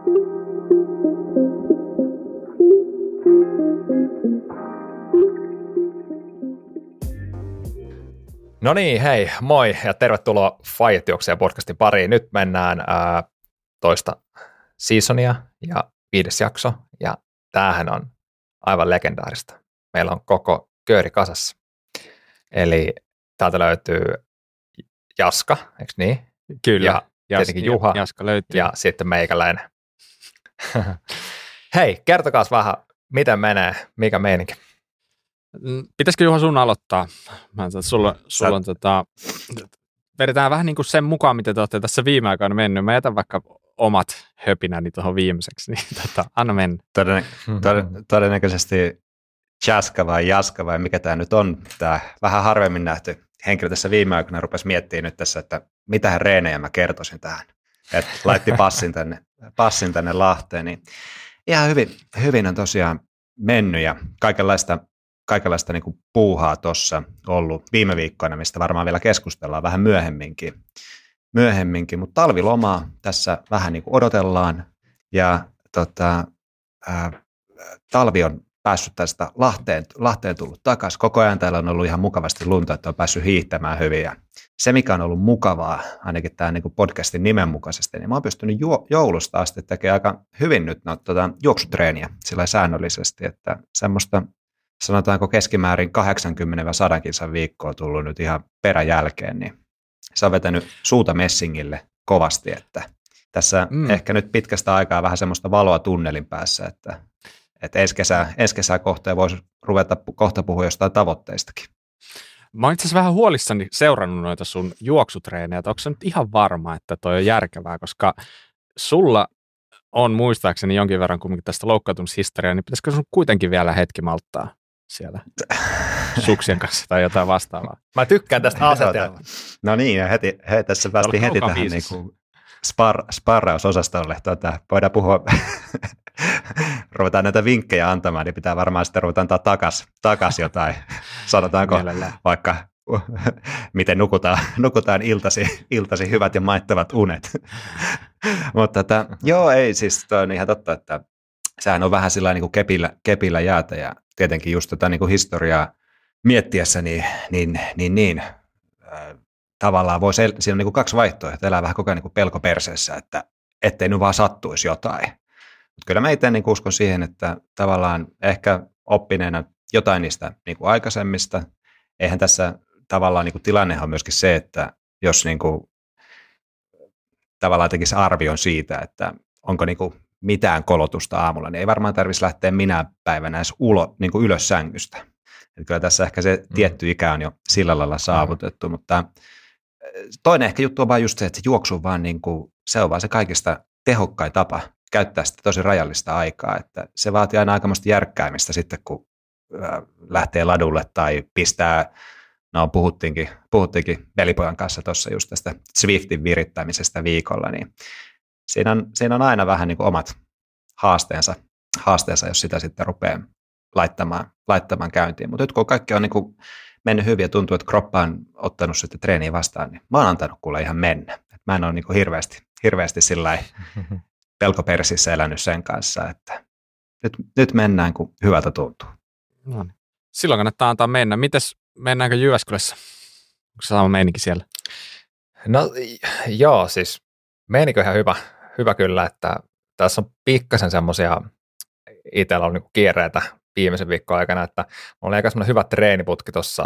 No niin, hei, moi ja tervetuloa Faijet juoksee podcastin pariin. Nyt mennään toista seasonia ja 5. jakso, ja tämähän on aivan legendaarista. Meillä on koko kööri kasassa. Eli täältä löytyy Jaska, eikö niin? Kyllä. Ja tietenkin Juha Jaska löytyy. ja sitten meikäläinen. Hei, kertokaa vähän, miten menee, mikä meininki? Pitäisikö Juha sun aloittaa? Sulla on vedetään vähän niin kuin sen mukaan, miten te olette tässä viime aikoina mennyt. Mä jätän vaikka omat höpinäni tuohon viimeiseksi, niin anna mennä. Todennäköisesti Jaska vai mikä tämä nyt on. Tämä vähän harvemmin nähty henkilö tässä viime aikoina rupesi miettimään nyt tässä, että mitähän reenejä mä kertoisin tähän. Että laitti passin tänne Lahteen, niin ihan hyvin on tosiaan mennyt ja kaikenlaista niin kuin puuhaa tuossa ollut viime viikkoina, mistä varmaan vielä keskustellaan vähän myöhemminkin, mutta talvilomaa tässä vähän niin kuin odotellaan ja talvi on päässyt tästä Lahteen tullut takaisin. Koko ajan täällä on ollut ihan mukavasti lunta, että on päässyt hiihtämään hyvin ja se, mikä on ollut mukavaa, ainakin tämä niin kuin podcastin nimen mukaisesti, niin mä oon pystynyt joulusta asti tekemään aika hyvin nyt juoksutreeniä sillä säännöllisesti, että semmoista sanotaanko keskimäärin 80-100 kilsan viikkoa tullut nyt ihan peräjälkeen, niin se on vetänyt suuta messingille kovasti, että tässä ehkä nyt pitkästä aikaa vähän semmoista valoa tunnelin päässä, että ensi kesää kohtaan voisi ruveta kohta puhua jostain tavoitteistakin. Mä oon itse asiassa vähän huolissani seurannut noita sun juoksutreenejä, että onko se nyt ihan varma, että toi on järkevää, koska sulla on muistaakseni jonkin verran kumminkin tästä loukkaantumishistoriaa, niin pitäisikö sun kuitenkin vielä hetki malttaa siellä suksien kanssa tai jotain vastaavaa? Mä tykkään tästä asetelmaa. No niin, ja tässä päästiin heti tähän niin kuin sparrausosastolle. Voidaan puhua, ruvetaan näitä vinkkejä antamaan, niin pitää varmaan sitten ruveta antaa takas jotain. Sanotaanko vaikka, miten nukutaan iltasi hyvät ja maittavat unet. Mutta joo, ei siis toi on ihan totta, että sehän on vähän sillä niin kuin kepillä jäätä ja tietenkin just tätä niin kuin historiaa miettiessä, niin tavallaan siinä on niin kuin 2 vaihtoehtoa, elää vähän koko ajan niin kuin pelko perseessä, että ettei nyt vaan sattuisi jotain. Mutta kyllä mä itse niin kuin uskon siihen, että tavallaan ehkä oppineena jotain niistä niin kuin aikaisemmista, eihän tässä tavallaan niin kuin tilannehan on myöskin se, että jos niin kuin tavallaan tekisi arvion siitä, että onko niin kuin mitään kolotusta aamulla, niin ei varmaan tarvitsisi lähteä minä päivänä edes niin kuin ylös sängystä. Että kyllä tässä ehkä se tietty ikä on jo sillä lailla saavutettu, mutta toinen ehkä juttu on vaan just se, että se juoksu vaan niin kuin, se on vaan se kaikista tehokkain tapa käyttää sitä tosi rajallista aikaa, että se vaatii aina aikamoista järkkäämistä sitten, kun lähtee ladulle tai pistää, no puhuttiinkin velipojan kanssa tuossa just tästä Zwiftin virittämisestä viikolla, niin siinä on aina vähän niin kuin omat haasteensa, jos sitä sitten rupeaa laittamaan käyntiin. Mutta nyt kun kaikki on niin kuin mennyt hyvin ja tuntuu, että kroppa on ottanut sitten treeniä vastaan, niin mä oon antanut kuule ihan mennä. Et mä en ole niin kuin hirveästi sillai pelkopersissä elänyt sen kanssa, että nyt mennään, kun hyvältä tuntuu. No niin. Silloin kannattaa antaa mennä. Mites, mennäänkö Jyväskylässä? Onko se sama meininki siellä? No joo, siis meininki on ihan hyvä kyllä, että tässä on pikkasen semmoisia itsellä on niin kiireitä viimeisen viikon aikana, että mulla oli aika semmoinen hyvä treeniputki tuossa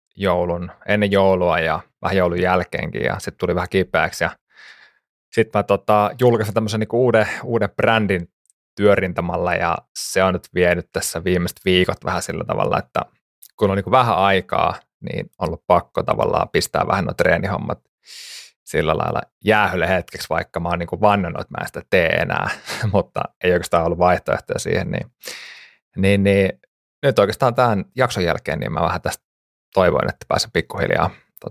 ennen joulua ja vähän joulun jälkeenkin ja sitten tuli vähän kipeäksi ja sitten mä julkaisin tämmöisen niin uuden brändin työrintamalla ja se on nyt vienyt tässä viimeiset viikot vähän sillä tavalla, että kun on niin vähän aikaa, niin on ollut pakko tavallaan pistää vähän nuo treenihommat sillä lailla jäähylle hetkeksi, vaikka mä oon niin vannannut, että mä en sitä tee enää, mutta ei oikeastaan ollut vaihtoehtoja siihen, niin nyt oikeastaan tämän jakson jälkeen niin mä vähän tästä toivoin, että pääsen pikkuhiljaa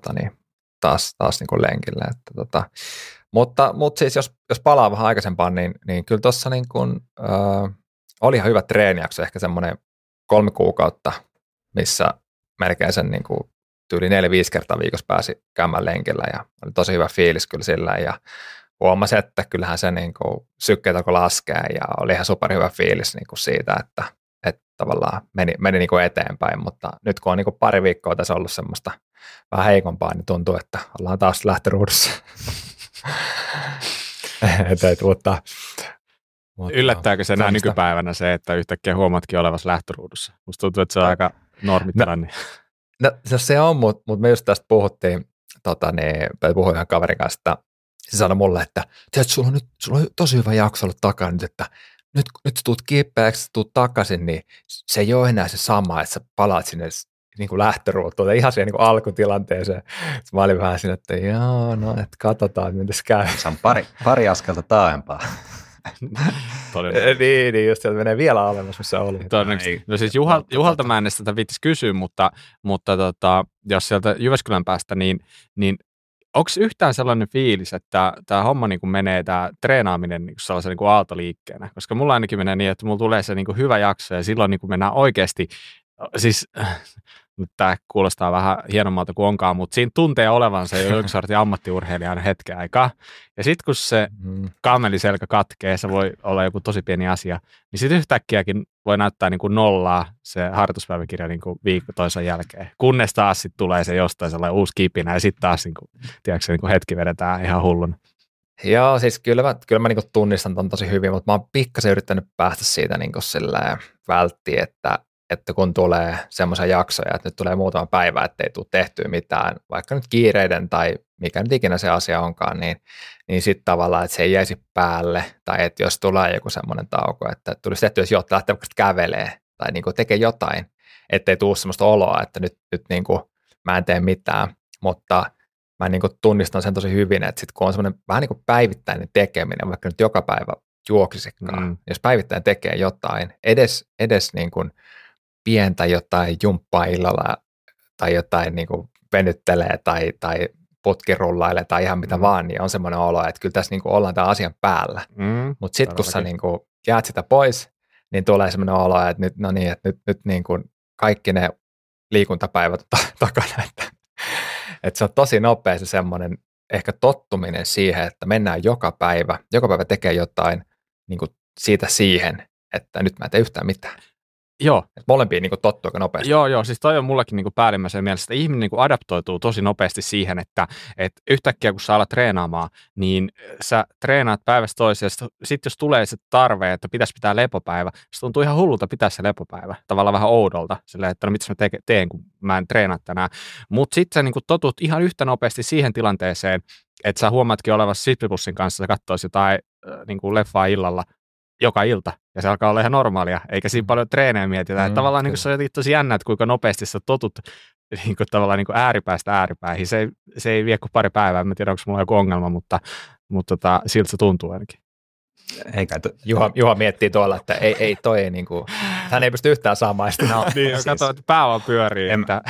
taas niin kuin lenkille. Että, mutta siis jos palaa vähän aikaisempaan, niin kyllä tuossa niin kuin, oli ihan hyvä treenijakso, ehkä semmoinen 3 kuukautta, missä melkein sen niin kuin tyyli 4-5 kertaa viikossa pääsi käymään lenkillä ja oli tosi hyvä fiilis kyllä sillä ja huomasin, että kyllähän se niin kuin sykkeet alkoi laskea ja oli ihan superhyvä fiilis niin kuin siitä, että tavallaan meni niin kuin eteenpäin, mutta nyt kun on niin kuin pari viikkoa tässä ollut semmoista vähän heikompaa, niin tuntuu, että ollaan taas lähtöruudussa. Mutta yllättääkö se näin nykypäivänä se, että yhtäkkiä huomaatkin olevassa lähtöruudussa? Musta tuntuu, että se on aika normitilanne. No se on, mutta me just tästä puhuttiin, puhuin ihan kaverin kanssa, että se sanoi mulle, että sulla on tosi hyvä jakso ollut takana nyt, että nyt tuut kipeäksi, tuut takaisin, niin se ei ole enää se sama, että sä palaat sinne niin kuin lähtöruutuun, ihan siihen niin kuin alkutilanteeseen. Mä olin vähän siinä, että joo, no, että katsotaan, miten se käy. Se on pari askelta taaempaa. niin, just sieltä menee vielä alemmas, missä oli. No siis Juhalta mä en edes tätä viittis kysyä, mutta jos sieltä Jyväskylän päästä, niin onko yhtään sellainen fiilis, että tämä homma niin kuin menee, tämä treenaaminen niin sellaisen niin kuin aaltoliikkeenä? Koska mulla ainakin menee niin, että mulla tulee se niin kuin hyvä jakso ja silloin niin kuin mennään oikeasti, siis nyt tämä kuulostaa vähän hienommalta kuin onkaan, mutta siinä tuntee olevansa jo jokin sortin ammattiurheilijan hetken aikaa. Ja sitten kun se kaameliselkä katkee, se voi olla joku tosi pieni asia, niin sitten yhtäkkiäkin voi näyttää niin kuin nollaa se harjoituspäiväkirja niin kuin viikko toisen jälkeen. Kunnes taas sitten tulee se jostain sellainen uusi kipinä ja sitten taas niin kuin, tiedätkö, niin kuin hetki vedetään ihan hulluna. Joo, siis kyllä mä niin kuin tunnistan ton tosi hyvin, mutta mä oon pikkasen yrittänyt päästä siitä niin kuin silleen välttiin, että kun tulee semmoisia jaksoja, että nyt tulee muutama päivä, ettei tule tehtyä mitään, vaikka nyt kiireiden tai mikä nyt ikinä se asia onkaan, niin sitten tavallaan, että se ei jäisi päälle, tai että jos tulee joku semmoinen tauko, että tulisi tehtyä, jos lähtee vaikka kävelee tai niin kuin tekee jotain, ettei tule semmoista oloa, että nyt niin kuin mä en tee mitään, mutta mä niin kuin tunnistan sen tosi hyvin, että sitten kun on semmoinen vähän niin kuin päivittäinen tekeminen, vaikka nyt joka päivä juoksisikaan, jos päivittäin tekee jotain, edes niin kuin pientä jotain jumppaa illalla tai jotain niin kuin venyttelee tai putkirullailee tai ihan mitä vaan, niin on semmoinen olo, että kyllä tässä niin kuin ollaan tämän asian päällä. Mutta sitten kun sä niin kuin jäät sitä pois, niin tulee semmoinen olo, että nyt niin kuin kaikki ne liikuntapäivät takana, että se on tosi nopea se semmoinen ehkä tottuminen siihen, että mennään joka päivä tekee jotain niin kuin siitä siihen, että nyt mä en tee yhtään mitään. Joo. Molempia niin tottuu aika nopeasti. Joo, siis toi on mullakin niin päällimmäisen mielessä, että ihminen niin adaptoituu tosi nopeasti siihen, että yhtäkkiä kun sä alat treenaamaan, niin sä treenaat päivästä toiseen, ja sitten jos tulee se tarve, että pitäisi pitää lepopäivä, se tuntuu ihan hullulta pitää se lepopäivä, tavallaan vähän oudolta, silleen, että no mitä mä teen, kun mä en treenaa tänään, mutta sitten sä niin totut ihan yhtä nopeasti siihen tilanteeseen, että sä huomaatkin olevassa sipsipussin kanssa, sä katsois jotain niin leffaa illalla, joka ilta, ja se alkaa olla ihan normaalia, eikä siinä paljon treenejä mietitä. Tavallaan niin se on jotenkin tosi jännä, että kuinka nopeasti sä totut niin kuin, tavallaan niin kuin ääripäästä ääripäihin. Se ei vie kuin pari päivää, en tiedä, onko mulla joku ongelma, mutta siltä se tuntuu ainakin. Juha miettii tuolla, että ei niin kuin, hän ei pysty yhtään saamaan sitä. No, niin, siis, katsoo, että pää vaan pyörii.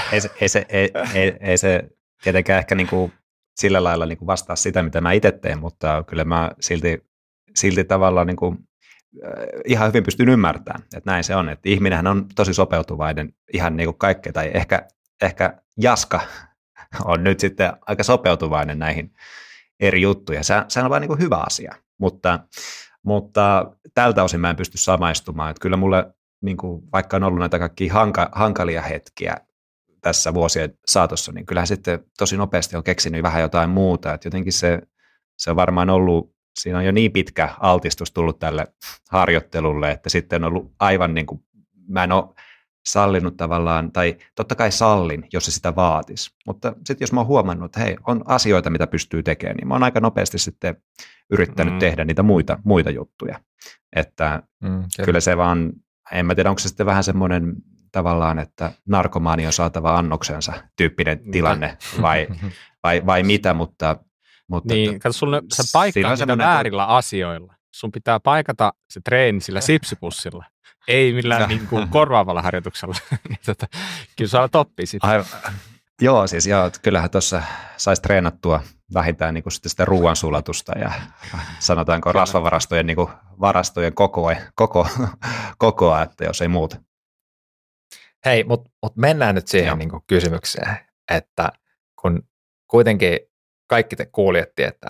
Ei se tietenkään ehkä niin kuin sillä lailla niin kuin vastaa sitä, mitä mä itse teen, mutta kyllä mä silti tavallaan niin kuin ihan hyvin pystyn ymmärtämään, että näin se on, että ihminenhän on tosi sopeutuvainen ihan niin kuin kaikkea, tai ehkä Jaska on nyt sitten aika sopeutuvainen näihin eri juttuja. Se on vaan niin kuin hyvä asia, mutta tältä osin mä en pysty samaistumaan, että kyllä mulle, niin kuin, vaikka on ollut näitä kaikkia hankalia hetkiä tässä vuosien saatossa, niin kyllähän sitten tosi nopeasti on keksinyt vähän jotain muuta, että jotenkin se on varmaan ollut, siinä on jo niin pitkä altistus tullut tälle harjoittelulle, että sitten on ollut aivan niin kuin, mä en ole sallinut tavallaan, tai totta kai sallin, jos se sitä vaatisi, mutta sitten jos mä oon huomannut, että hei, on asioita, mitä pystyy tekemään, niin mä oon aika nopeasti sitten yrittänyt tehdä niitä muita juttuja, että kyllä se vaan, en mä tiedä, onko se sitten vähän semmoinen tavallaan, että narkomaani on saatava annoksensa tyyppinen tilanne, vai mitä, mutta niin, kato, sä paikkaat niitä väärillä asioilla. Sun pitää paikata se treeni sillä sipsipussilla, ei millään niin kuin korvaavalla harjoituksella. Kyllä sä olet oppia sitä. Joo, siis kyllähän tuossa saisi treenattua vähintään niin kuin sitä ruoansulatusta ja sanotaanko rasvavarastojen niin kuin varastojen kokoa, että jos ei muuta. Hei, mutta mennään nyt siihen niin kuin kysymykseen, että kun kuitenkin kaikki te kuulijat tietää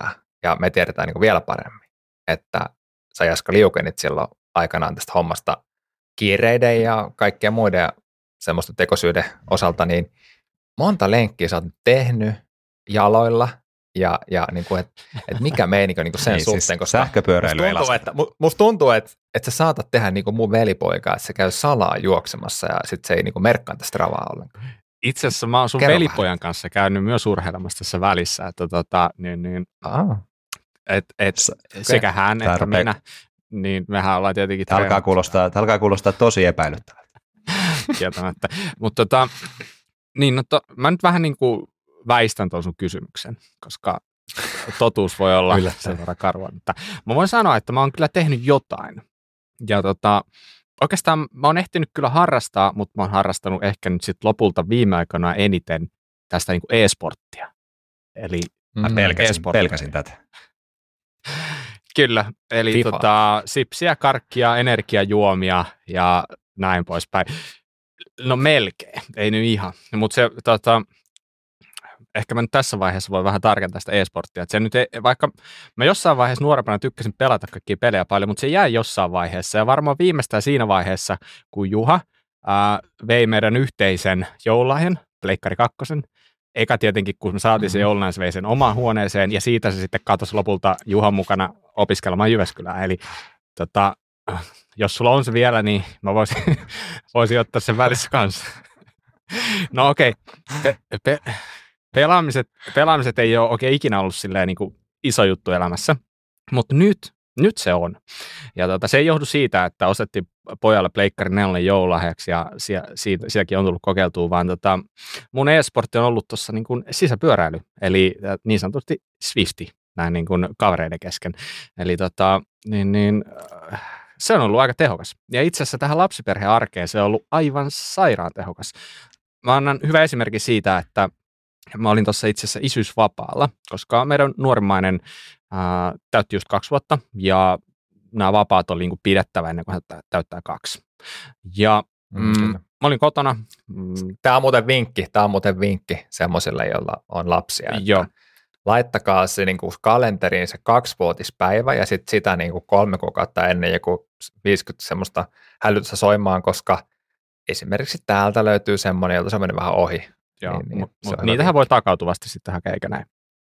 ja me tiedetään niin kuin vielä paremmin, että sä Jaska liukenit silloin aikanaan tästä hommasta kiireiden ja kaikkien muiden semmoisten tekosyiden osalta, niin monta lenkkiä sä oot tehnyt jaloilla, ja niin kuin, että mikä meininki on niin kuin sen suhteen, siis koska sähköpyöräily ei musta tuntuu, että sä saatat tehdä niin kuin mun velipoika, että se käy salaa juoksemassa ja sitten se ei niin kuin merkkaa tästä ravaa ollenkaan. Itse asiassa mä oon sun velipojan kanssa käynyt myös urheilemassa tässä välissä, että sekä hän että minä, niin mehän ollaan tietenkin alkaa kuulostaa tosi epäilyttävältä. Kieltämättä. Mutta mä nyt vähän niin kuin väistän tuon sun kysymyksen, koska totuus voi olla sen verran karua. Mutta mä voin sanoa, että mä oon kyllä tehnyt jotain. Ja oikeastaan mä oon ehtinyt kyllä harrastaa, mutta mä oon harrastanut ehkä nyt sit lopulta viime aikoina eniten tästä niin kuin e-sporttia. Eli pelkäsin tätä. Kyllä, eli sipsiä, karkkia, energiajuomia ja näin poispäin. No melkein, ei nyt ihan, mutta se ehkä mä nyt tässä vaiheessa voi vähän tarkentaa sitä e-sporttia. Että se nyt vaikka mä jossain vaiheessa nuorempana tykkäsin pelata kaikkia pelejä paljon, mutta se jäi jossain vaiheessa. Ja varmaan viimeistään siinä vaiheessa, kun Juha vei meidän yhteisen joululahjan, Pleikkari 2. Eka tietenkin, kun me saatiin se joululahjan, se vei sen omaan huoneeseen, ja siitä se sitten katosi lopulta Juhan mukana opiskelemaan Jyväskylään. Eli jos sulla on se vielä, niin mä voisin ottaa sen välissä kanssa. No okei. Pelaamiset ei ole oikein ikinä ollut silleen niin kuin iso juttu elämässä, mutta nyt se on. Ja se ei johdu siitä, että ostettiin pojalle Pleikkari 4 joululahjaksi ja sielläkin on tullut kokeiltua, vaan mun e-sportti on ollut tuossa niin kuin sisäpyöräily, eli niin sanotusti Swifti, näin niin kuin kavereiden kesken. Eli se on ollut aika tehokas. Ja itse asiassa tähän lapsiperheen arkeen se on ollut aivan sairaan tehokas. Mä annan hyvä esimerkki siitä, että mä olin tuossa itse asiassa isyysvapaalla, koska meidän nuorimmainen täytti just 2 vuotta, ja nämä vapaat oli niin pidettävä ennen kuin hän täyttää 2. Ja mä olin kotona. Tämä on muuten vinkki semmoisille, joilla on lapsia. Joo. Laittakaa se niin kuin kalenteriin se 2-vuotispäivä ja sitten sitä niin kuin 3 kuukautta ennen joku 50 semmoista hälytystä soimaan, koska esimerkiksi täältä löytyy semmoinen, jolta se on mennyt vähän ohi. Joo, mutta niitähän voi takautuvasti sitten hakea, eikä näin.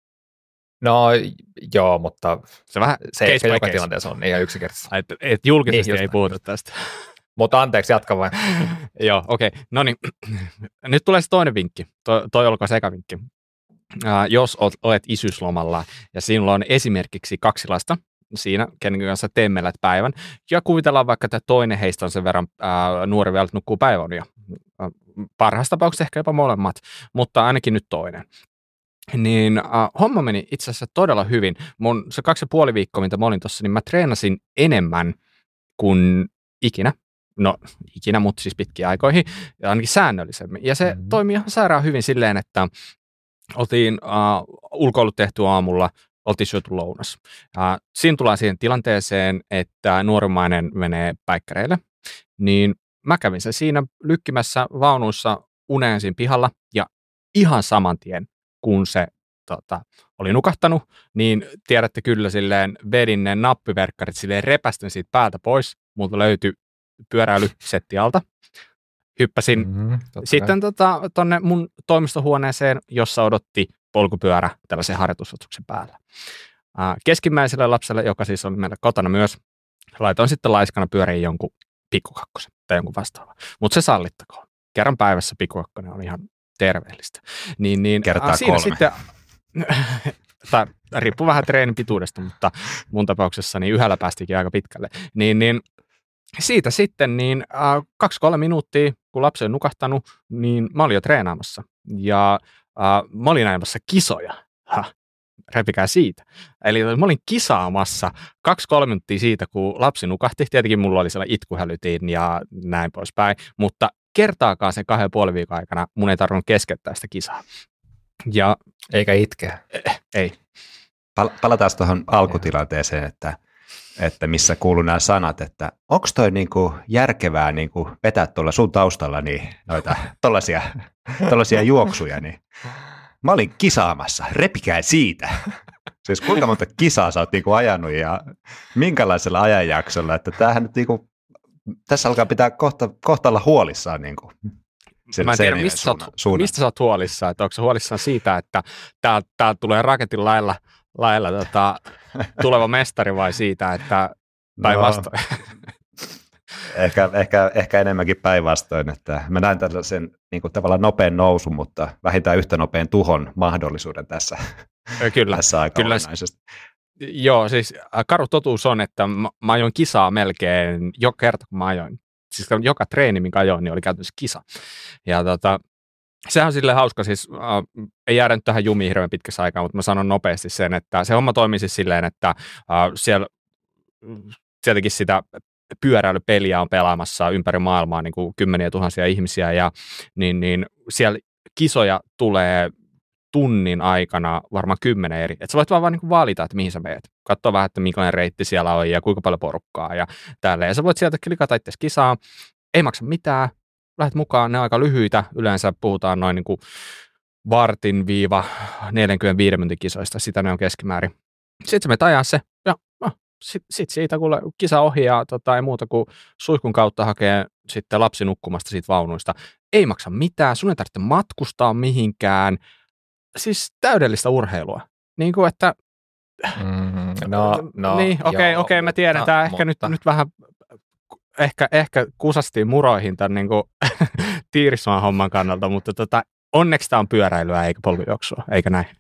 No joo, mutta se ei joka tilanteessa on ihan yksinkertaisesti. Et julkisesti niin, ei puhuta tästä. Mutta anteeksi, jatka vain. Joo, okei. No niin, nyt tulee se toinen vinkki. Toi olkoon se eka vinkki. Jos olet isyyslomalla ja sinulla on esimerkiksi 2 lasta siinä, kenen kanssa temmellät päivän, ja kuvitellaan vaikka, että toinen heistä on sen verran nuori vielä, nukkuu päiväunia. Parhaassa tapauksessa ehkä jopa molemmat, mutta ainakin nyt toinen. Niin homma meni itse asiassa todella hyvin. Se 2,5 viikkoa, mitä mä olin tuossa, niin mä treenasin enemmän kuin ikinä. No ikinä, mutta siis pitkiä aikoihin, ja ainakin säännöllisemmin. Ja se toimii ihan sairaan hyvin silleen, että oltiin ulkoilut tehty aamulla, oltiin syöty lounas. Siinä tullaan siihen tilanteeseen, että nuorimmainen menee päikkäreille, niin mä kävin sen siinä lykkimässä vaunuissa uneen siinä pihalla, ja ihan saman tien, kun se oli nukahtanut, niin tiedätte kyllä silleen, vedin ne nappiverkkarit silleen, repästyn siitä päältä pois, multa löytyi pyöräilysetti alta. Hyppäsin sitten tonne mun toimistohuoneeseen, jossa odotti polkupyörä tällaisen harjoitusotuksen päällä. Keskimmäiselle lapselle, joka siis oli meillä kotona myös, laitoin sitten laiskana pyöriin jonkun pikkukakkosen tai jonkun vastaavan. Mutta se sallittakoon. Kerran päivässä pikkukakkonen on ihan terveellistä. Kertaa siinä 3. sitten, riippuu vähän treenin pituudesta, mutta mun tapauksessa niin yhdellä päästikin aika pitkälle. Siitä sitten 2-3 minuuttia, kun lapsi on nukahtanut, niin mä olin jo treenaamassa. Ja mä olin ajamassa kisoja. Repikää siitä. Eli mä olin kisaamassa 2-3 minuuttia siitä, kun lapsi nukahti. Tietenkin mulla oli sellainen itkuhälytin ja näin poispäin. Mutta kertaakaan sen 2,5 viikon aikana mun ei tarvinnut keskeyttää sitä kisaa. Eikä itkeä. Ei. Palataan tuohon alkutilanteeseen, että missä kuuluu nämä sanat, että onko toi niinku järkevää niinku vetää tuolla sun taustalla niin noita tollaisia juoksuja, niin mä olin kisaamassa, repikää siitä. Siis kuinka monta kisaa sä oot niinku ajanut ja minkälaisella ajanjaksolla, että tämähän nyt niinku, tässä alkaa pitää kohta olla huolissaan niinku. Mä en tiedä, mistä sä oot huolissaan, että onko sä huolissaan siitä, että tää tulee raketin lailla tuleva mestari vai siitä, että päinvastoin? Ehkä enemmänkin päinvastoin, että mä näen tällaisen niin kuin tavallaan nopean nousun, mutta vähintään yhtä nopean tuhon mahdollisuuden tässä, tässä aika olennaisesti. Joo, siis karu totuus on, että mä ajoin kisaa melkein joka kerta, kun mä ajoin. Siis joka treeni, minkä ajoin, niin oli käytännössä kisa. Ja sehän on silleen hauska, siis ei jäädä nyt tähän jumiin hirveän pitkässä aikaa, mutta mä sanon nopeasti sen, että se homma toimii siis silleen, että sieltäkin sitä pyöräilypeliä on pelaamassa ympäri maailmaa niin kuin kymmeniä tuhansia ihmisiä, ja niin siellä kisoja tulee tunnin aikana varmaan 10 eri. Et sä voit vaan niin kuin valita, että mihin sä meet. Katsoa vähän, että minkälainen reitti siellä on ja kuinka paljon porukkaa ja tälleen. Ja sä voit sieltä klikata itse kisaa. Ei maksa mitään. Lähet mukaan, ne on aika lyhyitä. Yleensä puhutaan noin niin kuin 1-45 minuutin kisoista. Sitä ne on keskimäärin. Sitten sä menet ajaa se. Ja sitten siitä, kun kisa ohi ja ei muuta kuin suihkun kautta hakee sitten lapsi nukkumasta siitä vaunuista. Ei maksa mitään. Sun ei tarvitse matkustaa mihinkään. Siis täydellistä urheilua. Niin kuin, että... niin, okei, mä tiedän, tämä ehkä nyt vähän... Ehkä kusastiin muroihin tämän niin kuin Tiirismaan homman kannalta, mutta onneksi tämä on pyöräilyä eikä polkujuoksua, eikä näin.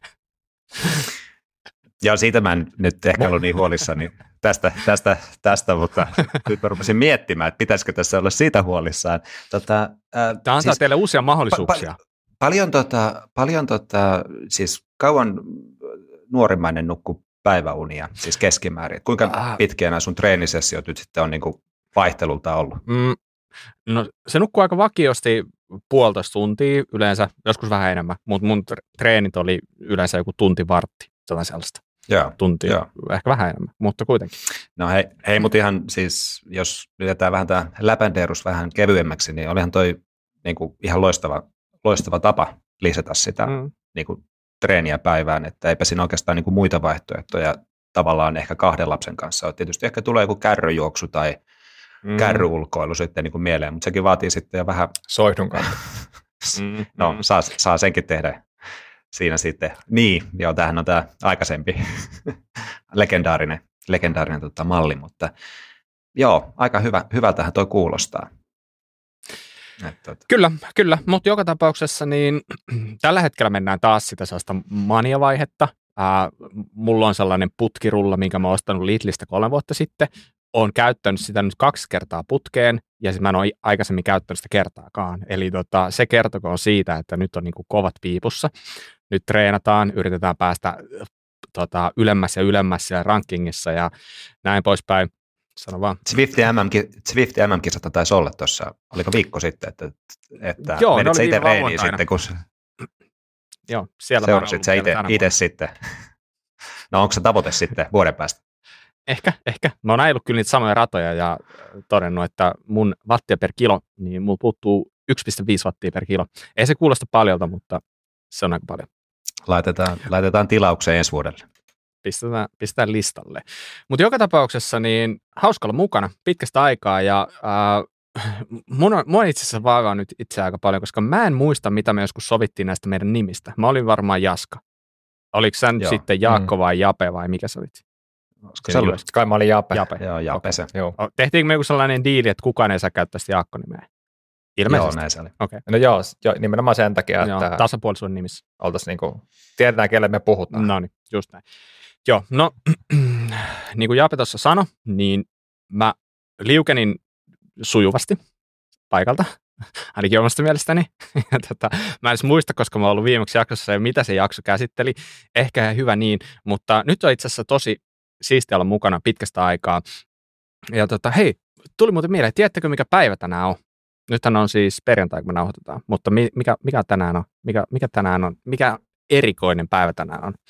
Joo, siitä mä en nyt ehkä ollut niin huolissani tästä, mutta nyt mä rupesin miettimään, että pitäisikö tässä olla siitä huolissaan. Tämä antaa siis teille uusia mahdollisuuksia. Siis kauan nuorimmainen nukkuu päiväunia, siis keskimäärin. Kuinka pitkiä nämä sun treenisessiot nyt sitten on niin kuin vaihtelulta ollut? No se nukkuu aika vakiosti 1,5 tuntia yleensä, joskus vähän enemmän, mutta mun treenit oli yleensä joku tunti vartti, jotain sellaista. Tuntia, ehkä vähän enemmän, mutta kuitenkin. No hei, mutta ihan siis, jos lyötään vähän tämä läpändeerus vähän kevyemmäksi, niin olihan toi niin kuin ihan loistava tapa lisätä sitä niin kuin treeniä päivään, että eipä siinä oikeastaan niin kuin muita vaihtoehtoja tavallaan ehkä 2 lapsen kanssa. Tietysti ehkä tulee joku kärryjuoksu tai kärryulkoilu sitten niin kuin mieleen, mutta sekin vaatii sitten jo vähän... Soihdun kanssa. No, saa senkin tehdä siinä sitten. Niin, joo, tämähän on tämä aikaisempi legendaarinen malli, mutta joo, aika hyvältähän toi kuulostaa. Kyllä, mutta joka tapauksessa niin tällä hetkellä mennään taas sitä sellaista mania-vaihetta. Mulla on sellainen putkirulla, minkä mä oon ostanut Lidlistä 3 vuotta sitten. Oon käyttänyt sitä nyt 2 kertaa putkeen, ja mä en ole aikaisemmin käyttänyt sitä kertaakaan. Eli se kertokoon siitä, että nyt on niinku kovat piipussa. Nyt treenataan, yritetään päästä ylemmässä ja rankingissa ja näin poispäin. Sano vaan. Zwiftin MM-kisat taisi olla tuossa, oliko viikko sitten, että menit sä itse reeniin sitten, kun joo, siellä seurasit sä itse sitten. No onko se tavoite sitten vuoden päästä? Ehkä. Mä oon ajellut kyllä niitä samoja ratoja ja todennut, että mun wattia per kilo, niin mulla puuttuu 1,5 wattia per kilo. Ei se kuulosta paljolta, mutta se on aika paljon. Laitetaan tilaukseen ensi vuodelle. Pistetään listalle. Mutta joka tapauksessa niin hauska olla mukana pitkästä aikaa ja mua itse asiassa vaivaa nyt itse aika paljon, koska mä en muista, mitä me joskus sovittiin näistä meidän nimistä. Mä olin varmaan Jaska. Oliko sä nyt sitten Jaakko vai Jape vai mikä sä olit? Kai mä olin Jape. Joo, Jape se. Joo. Tehtiinkö me joku sellainen diili, että kukaan ei saa käyttää sitä Jaakko-nimeä? Ilmeisesti. Joo, näin se oli. Okay. No joo, nimenomaan sen takia, että tasapuolisuuden nimissä. Oltaisiin niinku, tiedetään, kelle me puhutaan. No niin, just näin. Joo, no niin kuin Jape tuossa sanoi, niin mä liukenin sujuvasti paikalta, ainakin omasta mielestäni. Mä en edes muista, koska mä oon ollut viimeksi jaksossa ja mitä se jakso käsitteli. Ehkä ihan hyvä niin, mutta nyt on itse asiassa tosi siistiä olla mukana pitkästä aikaa. Ja hei, tuli muuten mieleen, tiedättekö mikä päivä tänään on? Nythän on siis perjantai, kun me nauhoitetaan, mutta mikä tänään on? Mikä tänään on? Mikä erikoinen päivä tänään on?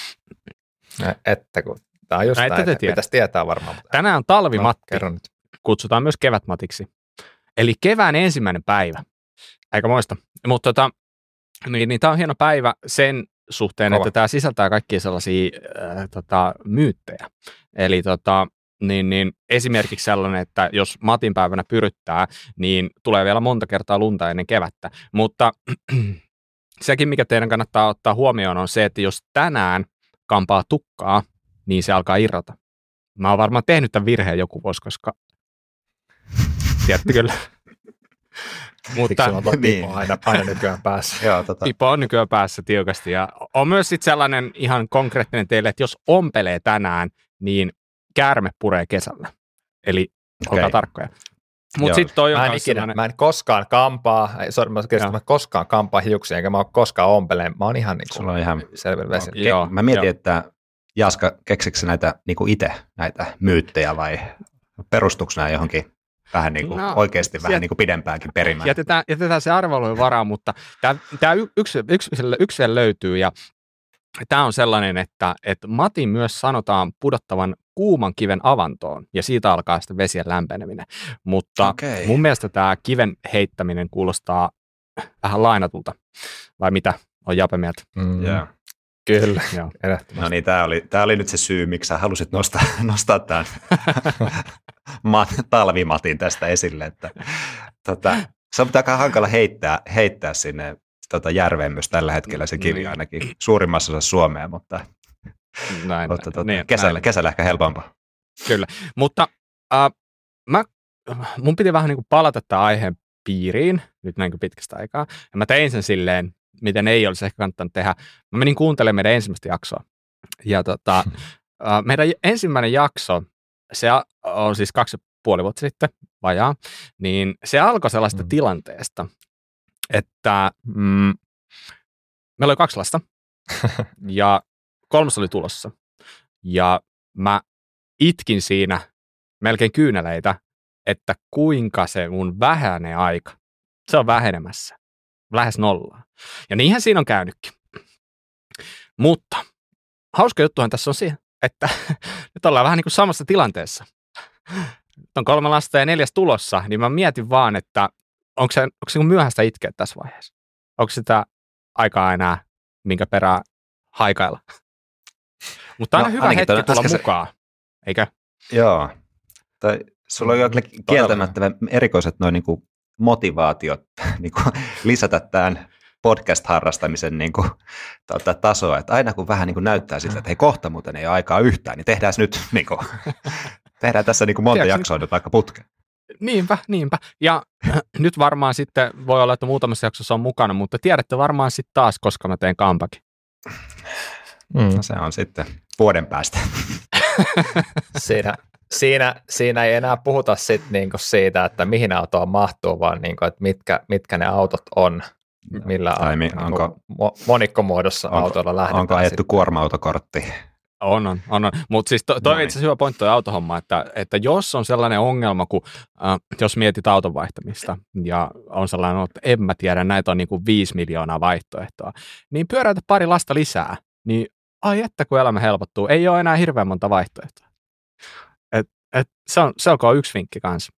Että kun tämä on just näin, että pitäisi tietää varmaan. Tänään on talvimatti, kutsutaan myös kevätmatiksi. Eli kevään ensimmäinen päivä. Aika moista. Mutta niin tämä on hieno päivä sen suhteen, että tämä sisältää kaikkia sellaisia myyttejä. Eli niin esimerkiksi sellainen, että jos Matin päivänä pyryttää, niin tulee vielä monta kertaa lunta ennen kevättä. Mutta sekin, mikä teidän kannattaa ottaa huomioon, on se, että jos tänään kampaa tukkaa, niin se alkaa irrota. Mä oon varmaan tehnyt tämän virheen joku vuosi, koska tiedätte kyllä. Mutta Pipo aina nykyään päässä. Joo, Pipo on nykyään päässä tiukasti. Ja on myös sitten sellainen ihan konkreettinen teille, että jos ompelee tänään, niin käärme puree kesällä. Eli olkaa tarkkoja. Mutta sitten toi on mä en koskaan kampaa, mä koskaan kampaa hiuksia, enkä mä ole koskaan ompeleen. Mä oon ihan selvä vesi. Mä mietin, että Jaska, keksikö näitä itse näitä myyttejä vai perustuuko nämä johonkin vähän oikeasti vähän pidempäänkin perimään? Jätetään se arvailujen varaan, mutta tämä yksi vielä löytyy ja tämä on sellainen, että Matin myös sanotaan pudottavan kuuman kiven avantoon, ja siitä alkaa sitten vesien lämpeneminen. Mutta mun mielestä tämä kiven heittäminen kuulostaa vähän lainatulta. Vai mitä on Jape mieltä? Kyllä. No niin, tämä oli nyt se syy, miksi sä halusit nostaa tämän talvimatin tästä esille. Että, se on aika hankala heittää sinne järveen myös tällä hetkellä se kivi ainakin suurimmassa osassa Suomea, mutta kesällä ehkä helpompaa. Kyllä, mutta mun piti vähän palata tämän aiheen piiriin nyt näin pitkästä aikaa, ja mä tein sen silleen, miten ei olisi ehkä kannattanut tehdä. Mä menin kuuntelemaan meidän ensimmäistä jaksoa, ja meidän ensimmäinen jakso, se on siis 2,5 vuotta sitten, vajaa, niin se alkoi sellaista tilanteesta, että meillä oli 2 lasta, ja 3 oli tulossa. Ja mä itkin siinä melkein kyyneleitä, että kuinka se mun vähäinen aika, se on vähenemässä, lähes nollaan. Ja niinhän siinä on käynytkin. Mutta hauska juttuhan tässä on se, että nyt ollaan vähän niin kuin samassa tilanteessa. Nyt on 3 lasta ja 4 tulossa, niin mä mietin vaan, että onko se myöhäistä itkeä tässä vaiheessa? Onko sitä aikaa enää, minkä perään haikailla? Mutta aina hyvä hetki tulla mukaan, eikö? Joo. Sulla on kyllä kieltämättä erikoiset noin motivaatiot lisätä tämän podcast-harrastamisen tasoa. Että aina kun vähän näyttää siltä, että hei kohta muuten ei ole aikaa yhtään, niin tehdään nyt tehdään tässä monta jaksoa nyt vaikka putkeen. Niinpä. Ja nyt varmaan sitten voi olla, että muutamassa jaksossa on mukana, mutta tiedätte varmaan sitten taas, koska mä teen kampakin. No se on sitten vuoden päästä. Siinä ei enää puhuta siitä, että mihin autoon mahtuu, vaan että mitkä ne autot on, millä monikkomuodossa autoilla lähdetään. Onko ajettu kuorma-autokortti? On. Mutta siis toi on itse asiassa hyvä pointti toi autohomma, että jos on sellainen ongelma, kun jos mietit auton vaihtamista ja on sellainen, että en mä tiedä, näitä on 5 miljoonaa vaihtoehtoa, niin pyöräytä pari lasta lisää, niin että kun elämä helpottuu, ei ole enää hirveän monta vaihtoehtoa. Se on yksi vinkki kanssa.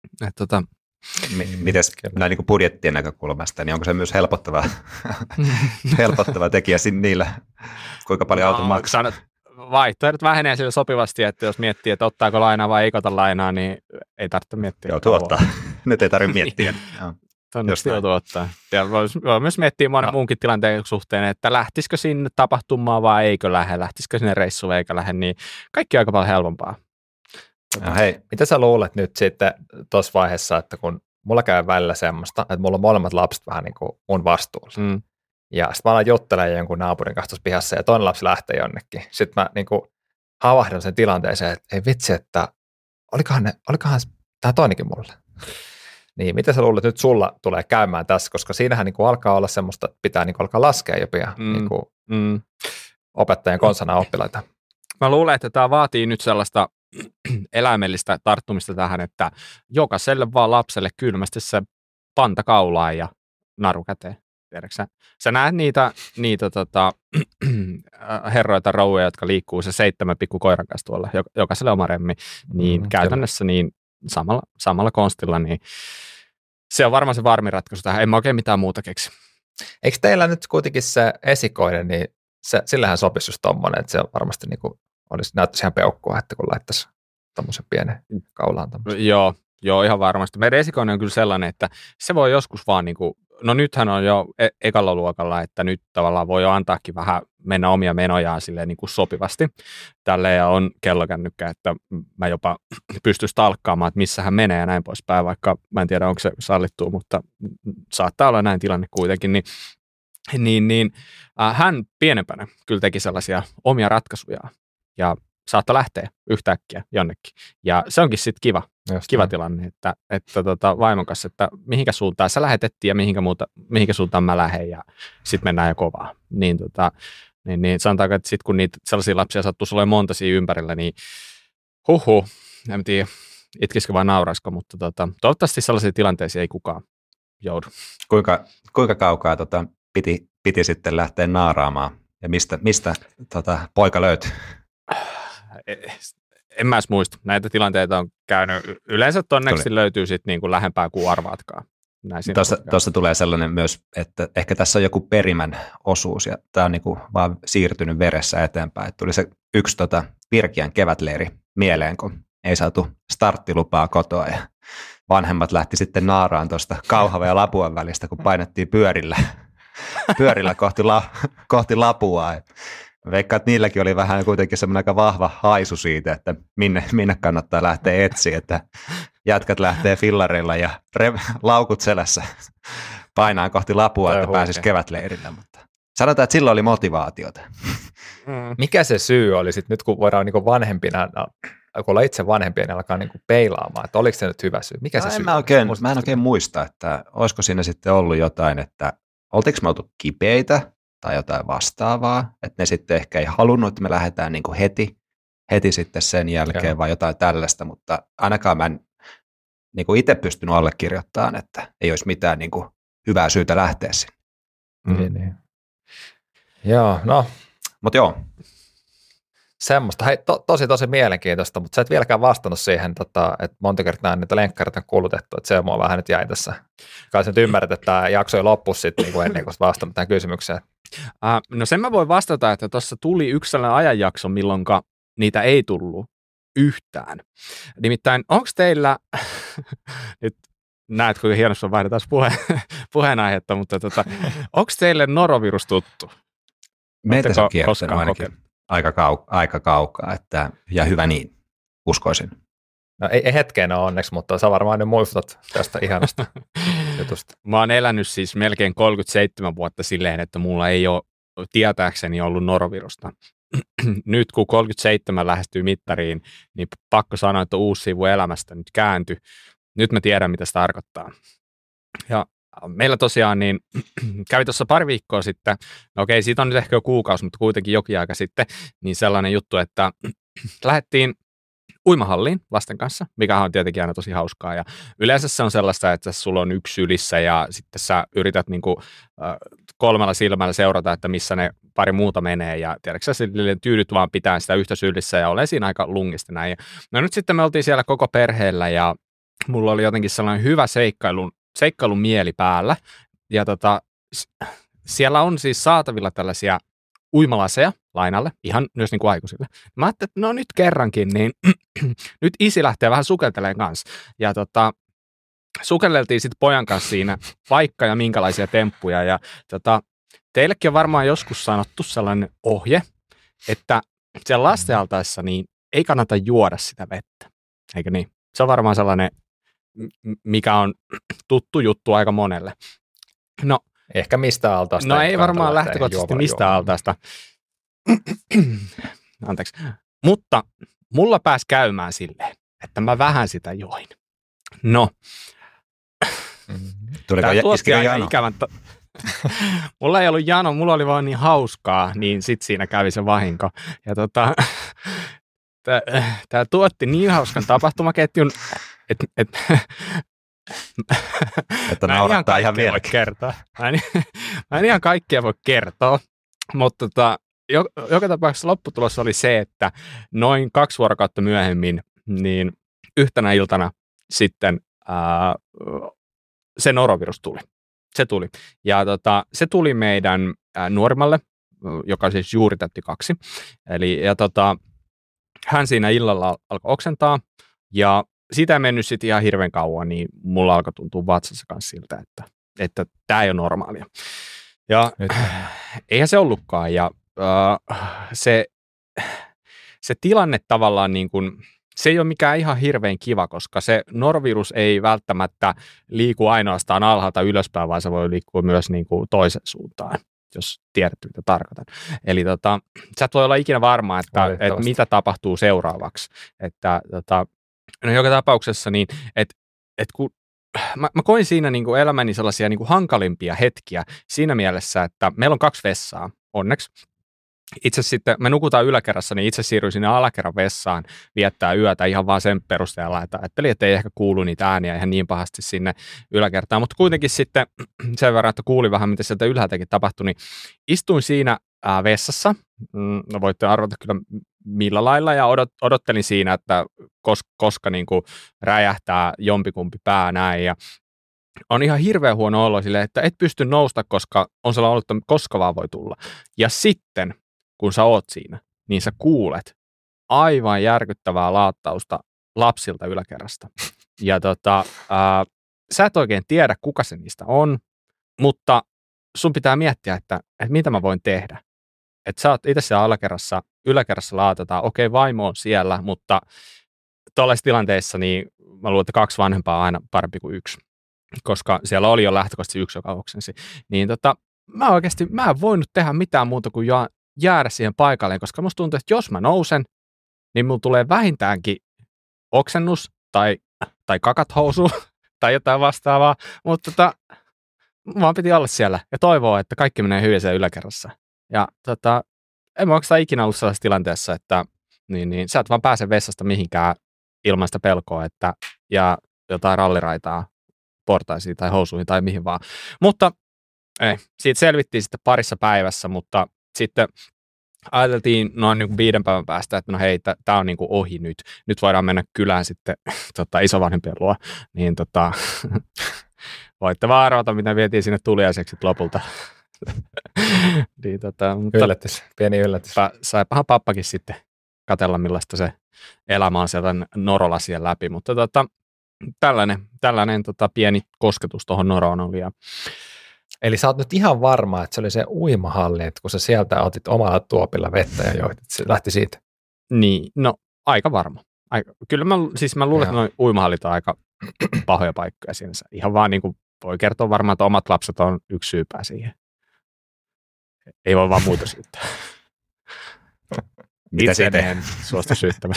Mites näin budjettien näkökulmasta, niin onko se myös helpottava tekijä niillä, kuinka paljon auto maksaa? Vaihtoehdot vähenee sillä sopivasti, että jos miettii, että ottaako lainaa vai ei ota lainaa, niin ei tarvitse miettiä. Joo, tuottaa. Nyt ei tarvitse miettiä. Onneksi joutuu ottaa. Ja voi myös miettiä monen muunkin tilanteen suhteen, että lähtisikö sinne tapahtumaan vai eikö lähde, lähtisikö sinne reissuun eikä lähde, niin kaikki on aika paljon helpompaa. Hei, mitä sä luulet nyt sitten tuossa vaiheessa, että kun mulla käy välillä semmoista, että mulla on molemmat lapset vähän niin kuin mun vastuulla. Ja sitten mä alan juttelemaan jonkun naapurin kanssa tuossa pihassa ja toinen lapsi lähtee jonnekin. Sitten mä niin kuin havahdan sen tilanteeseen, että ei vitsi, että olikohan tämä toinenkin mulle. Niin, mitä sä luulet, että nyt sulla tulee käymään tässä, koska siinähän niin kuin alkaa olla semmoista, että pitää niin kuin alkaa laskea jo pian niin kuin opettajan konsana oppilaita. Mä luulen, että tämä vaatii nyt sellaista eläimellistä tarttumista tähän, että jokaiselle vaan lapselle kylmästi se panta kaulaan ja naru käteen. Sä näet niitä herroita rouvoja, jotka liikkuu se 7 pikkukoiran kanssa tuolla, jokaiselle oma remmi, niin käytännössä niin samalla konstilla, niin se on varmaan se varmin ratkaisu tähän. En mä oikein mitään muuta keksi. Eikö teillä nyt kuitenkin se esikoinen, niin sillähän sopisi just tommoinen, että se varmasti niinku näyttäisi ihan peukkua, että kun laittaisi tommoisen pienen kaulaan tommoisen. Joo, ihan varmasti. Meidän esikoinen on kyllä sellainen, että se voi joskus vaan niinku, no nythän on jo ekalla luokalla, että nyt tavallaan voi jo antaakin vähän mennä omia menojaan silleen niin kuin sopivasti. Tälleen on kellokännykkä, että mä jopa pystyn stalkkaamaan, että missä hän menee ja näin poispäin, vaikka mä en tiedä, onko se sallittua, mutta saattaa olla näin tilanne kuitenkin. Hän pienempänä kyllä teki sellaisia omia ratkaisuja ja saattaa lähteä yhtäkkiä jonnekin. Ja se onkin sitten kiva tilanne, että vaimon kanssa, että mihinkä suuntaan sä lähetettiin ja mihinkä suuntaan mä lähden ja sitten mennään jo kovaa. Niin sanotaanko, että sitten kun niitä sellaisia lapsia sattuisi olemaan monta siinä ympärillä, niin en tiedä, itkisikö vai nauraisiko, mutta toivottavasti sellaisia tilanteisiin ei kukaan joudu. Kuinka kaukaa piti sitten lähteä naaraamaan ja mistä poika löytyi? En mä edes muista. Näitä tilanteita on käynyt. Yleensä onneksi löytyy sitten niinku lähempää kuin arvaatkaan. Tuossa tulee sellainen myös, että ehkä tässä on joku perimän osuus ja tämä on niinku vaan siirtynyt veressä eteenpäin. Et tuli se yksi Virkian kevätleiri mieleen, kun ei saatu starttilupaa kotoa ja vanhemmat lähti sitten naaraan tuosta Kauhavan ja Lapuan välistä, kun painettiin pyörillä kohti Lapua. Veikkaan, että niilläkin oli vähän kuitenkin semmoinen aika vahva haisu siitä, että minne kannattaa lähteä etsiä, että jätkät lähtee fillareilla ja laukut selässä painaan kohti Lapua, että pääsisi kevätleirille, mutta sanotaan, että sillä oli motivaatiota. Mikä se syy oli sitten nyt, kun voidaan niin vanhempina, kun ollaan itse vanhempia, niin alkaa niin peilaamaan, että oliko se nyt hyvä syy? Mikä se syy? Mä en oikein muista, että olisiko siinä sitten ollut jotain, että oltiinko me oltu kipeitä, tai jotain vastaavaa, että ne sitten ehkä ei halunnut, että me lähdetään niin kuin heti sitten sen jälkeen vai jotain tällaista, mutta ainakaan mä en niin kuin itse pystynyt allekirjoittamaan, että ei olisi mitään niin kuin hyvää syytä lähteä sinne. Niin. Joo, no. Mutta joo. Semmoista. Hei, tosi mielenkiintoista, mutta sä et vieläkään vastannut siihen, että monta kertaa niitä lenkkareita on kulutettu, että se mua vähän nyt jäi tässä. Kai sä nyt ymmärrät, että tämä jakso ei loppu sitten niin ennen kuin vastannut tähän kysymykseen. No sen mä voin vastata, että tuossa tuli yksi sellainen ajanjakso, milloin niitä ei tullut yhtään. Nimittäin, onko teillä, nyt näet kuinka hienosti vaihdetaan puheenaihetta, mutta onko teille norovirus tuttu? Meitä se on kiertänyt ainakin aika kaukaa, ja hyvä niin, uskoisin. No ei hetkeen ole onneksi, mutta sä varmaan nyt muistutat tästä ihanasta jutusta. Mä oon elänyt siis melkein 37 vuotta silleen, että mulla ei ole tietääkseni ollut norovirusta. Nyt kun 37 lähestyy mittariin, niin pakko sanoa, että uusi sivu elämästä nyt kääntyi. Nyt mä tiedän, mitä se tarkoittaa. Ja meillä tosiaan niin kävi tuossa pari viikkoa sitten, no okei, siitä on nyt ehkä jo kuukausi, mutta kuitenkin jokin aika sitten, niin sellainen juttu, että lähdettiin uimahalliin lasten kanssa, mikä on tietenkin aina tosi hauskaa. Ja yleensä se on sellaista, että sulla on yksi sylissä ja sitten sä yrität niinku, kolmella silmällä seurata, että missä ne pari muuta menee. Ja tiedätkö sä, tyydyt vaan pitää sitä yhtä sylissä ja olen siinä aika lungisti näin. No nyt sitten me oltiin siellä koko perheellä ja mulla oli jotenkin sellainen hyvä seikkailun mieli päällä. Ja siellä on siis saatavilla tällaisia uimalaseja lainalle, ihan myös niin kuin aikuisille. Mä ajattelin, että no nyt kerrankin, niin nyt isi lähtee vähän sukeltelemaan kanssa. Ja sukelleltiin sitten pojan kanssa siinä vaikka ja minkälaisia temppuja. Ja teillekin on varmaan joskus sanottu sellainen ohje, että siellä lastenaltaessa niin ei kannata juoda sitä vettä. Eikö niin? Se on varmaan sellainen, mikä on tuttu juttu aika monelle. No, ehkä mistä altaasta. No ei varmaan lähtökohtaisesti mistä altaasta. Anteeksi. Mutta mulla pääsi käymään silleen, että mä vähän sitä join. No. Tämä tuotti aika ikävän. Mulla ei ollut jano, mulla oli vaan niin hauskaa, niin sit siinä kävi se vahinko. Ja tämä tuotti niin hauskan tapahtumaketjun, että naurattaa ihan vielä. Mä en ihan kaikkea voi kertoa, mutta joka tapauksessa lopputulos oli se, että noin 2 vuorokautta myöhemmin, niin yhtenä iltana sitten se norovirus tuli. Se tuli. Ja se tuli meidän nuorimmalle joka siis juuri täytti 2. Hän siinä illalla alkoi oksentaa, ja sitä ei mennyt sitten ihan hirveän kauan, niin mulla alkoi tuntua vatsassa kanssa siltä, että tämä ei ole normaalia. Ja eihän se ollutkaan, ja se tilanne tavallaan niin kuin, se ei ole mikään ihan hirveän kiva, koska se norovirus ei välttämättä liiku ainoastaan alhaalta ylöspäin, vaan se voi liikkua myös niin kuin toisen suuntaan, jos tiedätte, mitä tarkoitan. Eli sä et voi olla ikinä varma, että mitä tapahtuu seuraavaksi. No joka tapauksessa, niin, kun mä koin siinä niin kuin elämäni sellaisia niin kuin hankalimpia hetkiä siinä mielessä, että meillä on 2 vessaa, onneksi. Itse sitten, me nukutaan yläkerrassa, niin itse siirryin sinne alakerran vessaan viettää yötä ihan vaan sen perusteella, että ajattelin, että ei ehkä kuulu niitä ääniä ihan niin pahasti sinne yläkertaan, mutta kuitenkin sitten sen verran, että kuulin vähän, mitä sieltä ylhäältäkin tapahtui, niin istuin siinä vessassa, no voitte arvata kyllä millä lailla, ja odottelin siinä, että koska niin kuin räjähtää jompikumpi pää näin, ja on ihan hirveän huono olo silleen, että et pysty nousta, koska on sellainen ollut, että koska vaan voi tulla. Ja sitten, kun sä oot siinä, niin sä kuulet aivan järkyttävää laattausta lapsilta yläkerrasta. Ja sä et oikein tiedä, kuka se niistä on, mutta sun pitää miettiä, että mitä mä voin tehdä. Että sä oot itse siellä yläkerrassa laatetaan, okei, vaimo on siellä, mutta tuollaisissa tilanteissa niin mä luulen, että 2 vanhempaa on aina parempi kuin 1, koska siellä oli jo lähtökohtaisesti 1, joka oksensi. Niin mä en voinut tehdä mitään muuta kuin jäädä siihen paikalleen, koska musta tuntuu, että jos mä nousen, niin mulla tulee vähintäänkin oksennus tai kakatousu tai jotain vastaavaa, mutta vaan piti olla siellä ja toivoa, että kaikki menee hyvin siellä yläkerrassa. Ja en mä oikeastaan ikinä ollut sellaisessa tilanteessa, että niin, sä et vaan pääse vessasta mihinkään ilman sitä pelkoa, ja jotain ralliraitaa portaisiin tai housuihin tai mihin vaan. Mutta siitä selvittiin sitten parissa päivässä, mutta sitten ajateltiin noin niin kuin 5 päivän päästä, että no hei, tämä on niin kuin ohi nyt. Nyt voidaan mennä kylään sitten isovanhempien luo. Niin voitte vaan arvata, mitä vietiin sinne tuliaiseksi lopulta. Niin, yllätys, pieni yllätys. Saipahan pappakin sitten katsella, millaista se elämä on sieltä norolasien läpi, mutta tällainen pieni kosketus tuohon noroon oli. Eli sä oot nyt ihan varma, että se oli se uimahalli, että kun sä sieltä otit omalla tuopilla vettä ja johdit, se lähti siitä? Niin, no aika varma. Kyllä mä luulen, että nuo uimahallit on aika pahoja paikkoja siinä. Ihan vaan niin kuin voi kertoa varmaan, että omat lapset on yksi syypää siihen. Ei voi vaan muuta syyttää. Itse en suostu syyttämään.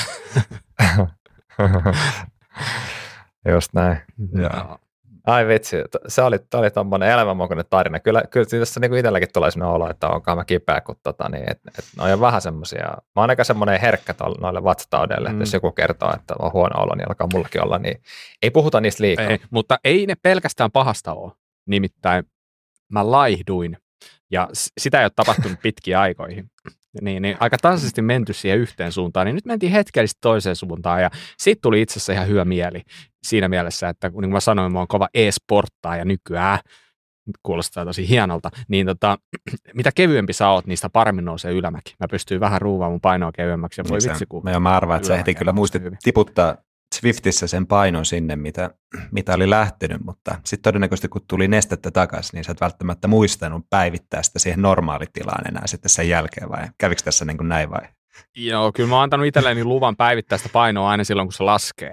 Just näin. Ja. Ai vitsi, se oli tommoinen elämänmukainen tarina. Kyllä tässä niinku itselläkin tulee sellainen olo, että onkaan mä kipeä, kun ne on vähän semmoisia. Mä oon aika semmoinen herkkä noille vatsataudeille, että jos joku kertoo, että on huono olo, niin alkaa mullakin olla, niin ei puhuta niistä liikaa. Ei, mutta ei ne pelkästään pahasta ole. Nimittäin mä laihduin, ja sitä ei ole tapahtunut pitkiä aikoihin. Niin aika tasaisesti menty siihen yhteen suuntaan, niin nyt mentiin hetkellisesti toiseen suuntaan, ja siitä tuli itse asiassa ihan hyvä mieli siinä mielessä, että niin kuin mä sanoin, mä oon kova e-sporttaaja nykyään, kuulostaa tosi hienolta, niin mitä kevyempi sä oot, niistä paremmin nousee ylämäki. Mä pystyin vähän ruuvaamaan mun painoa kevyemmäksi, ja voi vitsi, kun mä arvaan, että sä ehti kyllä muistit tiputtaa Zwiftissä sen painon sinne, mitä oli lähtenyt, mutta sitten todennäköisesti kun tuli nestettä takaisin, niin sä et välttämättä muistanut päivittää sitä siihen normaalitilaan enää sitten sen jälkeen, vai kävikö tässä niin kuin näin vai? Joo, kyllä mä oon antanut itselleni luvan päivittää sitä painoa aina silloin, kun se laskee.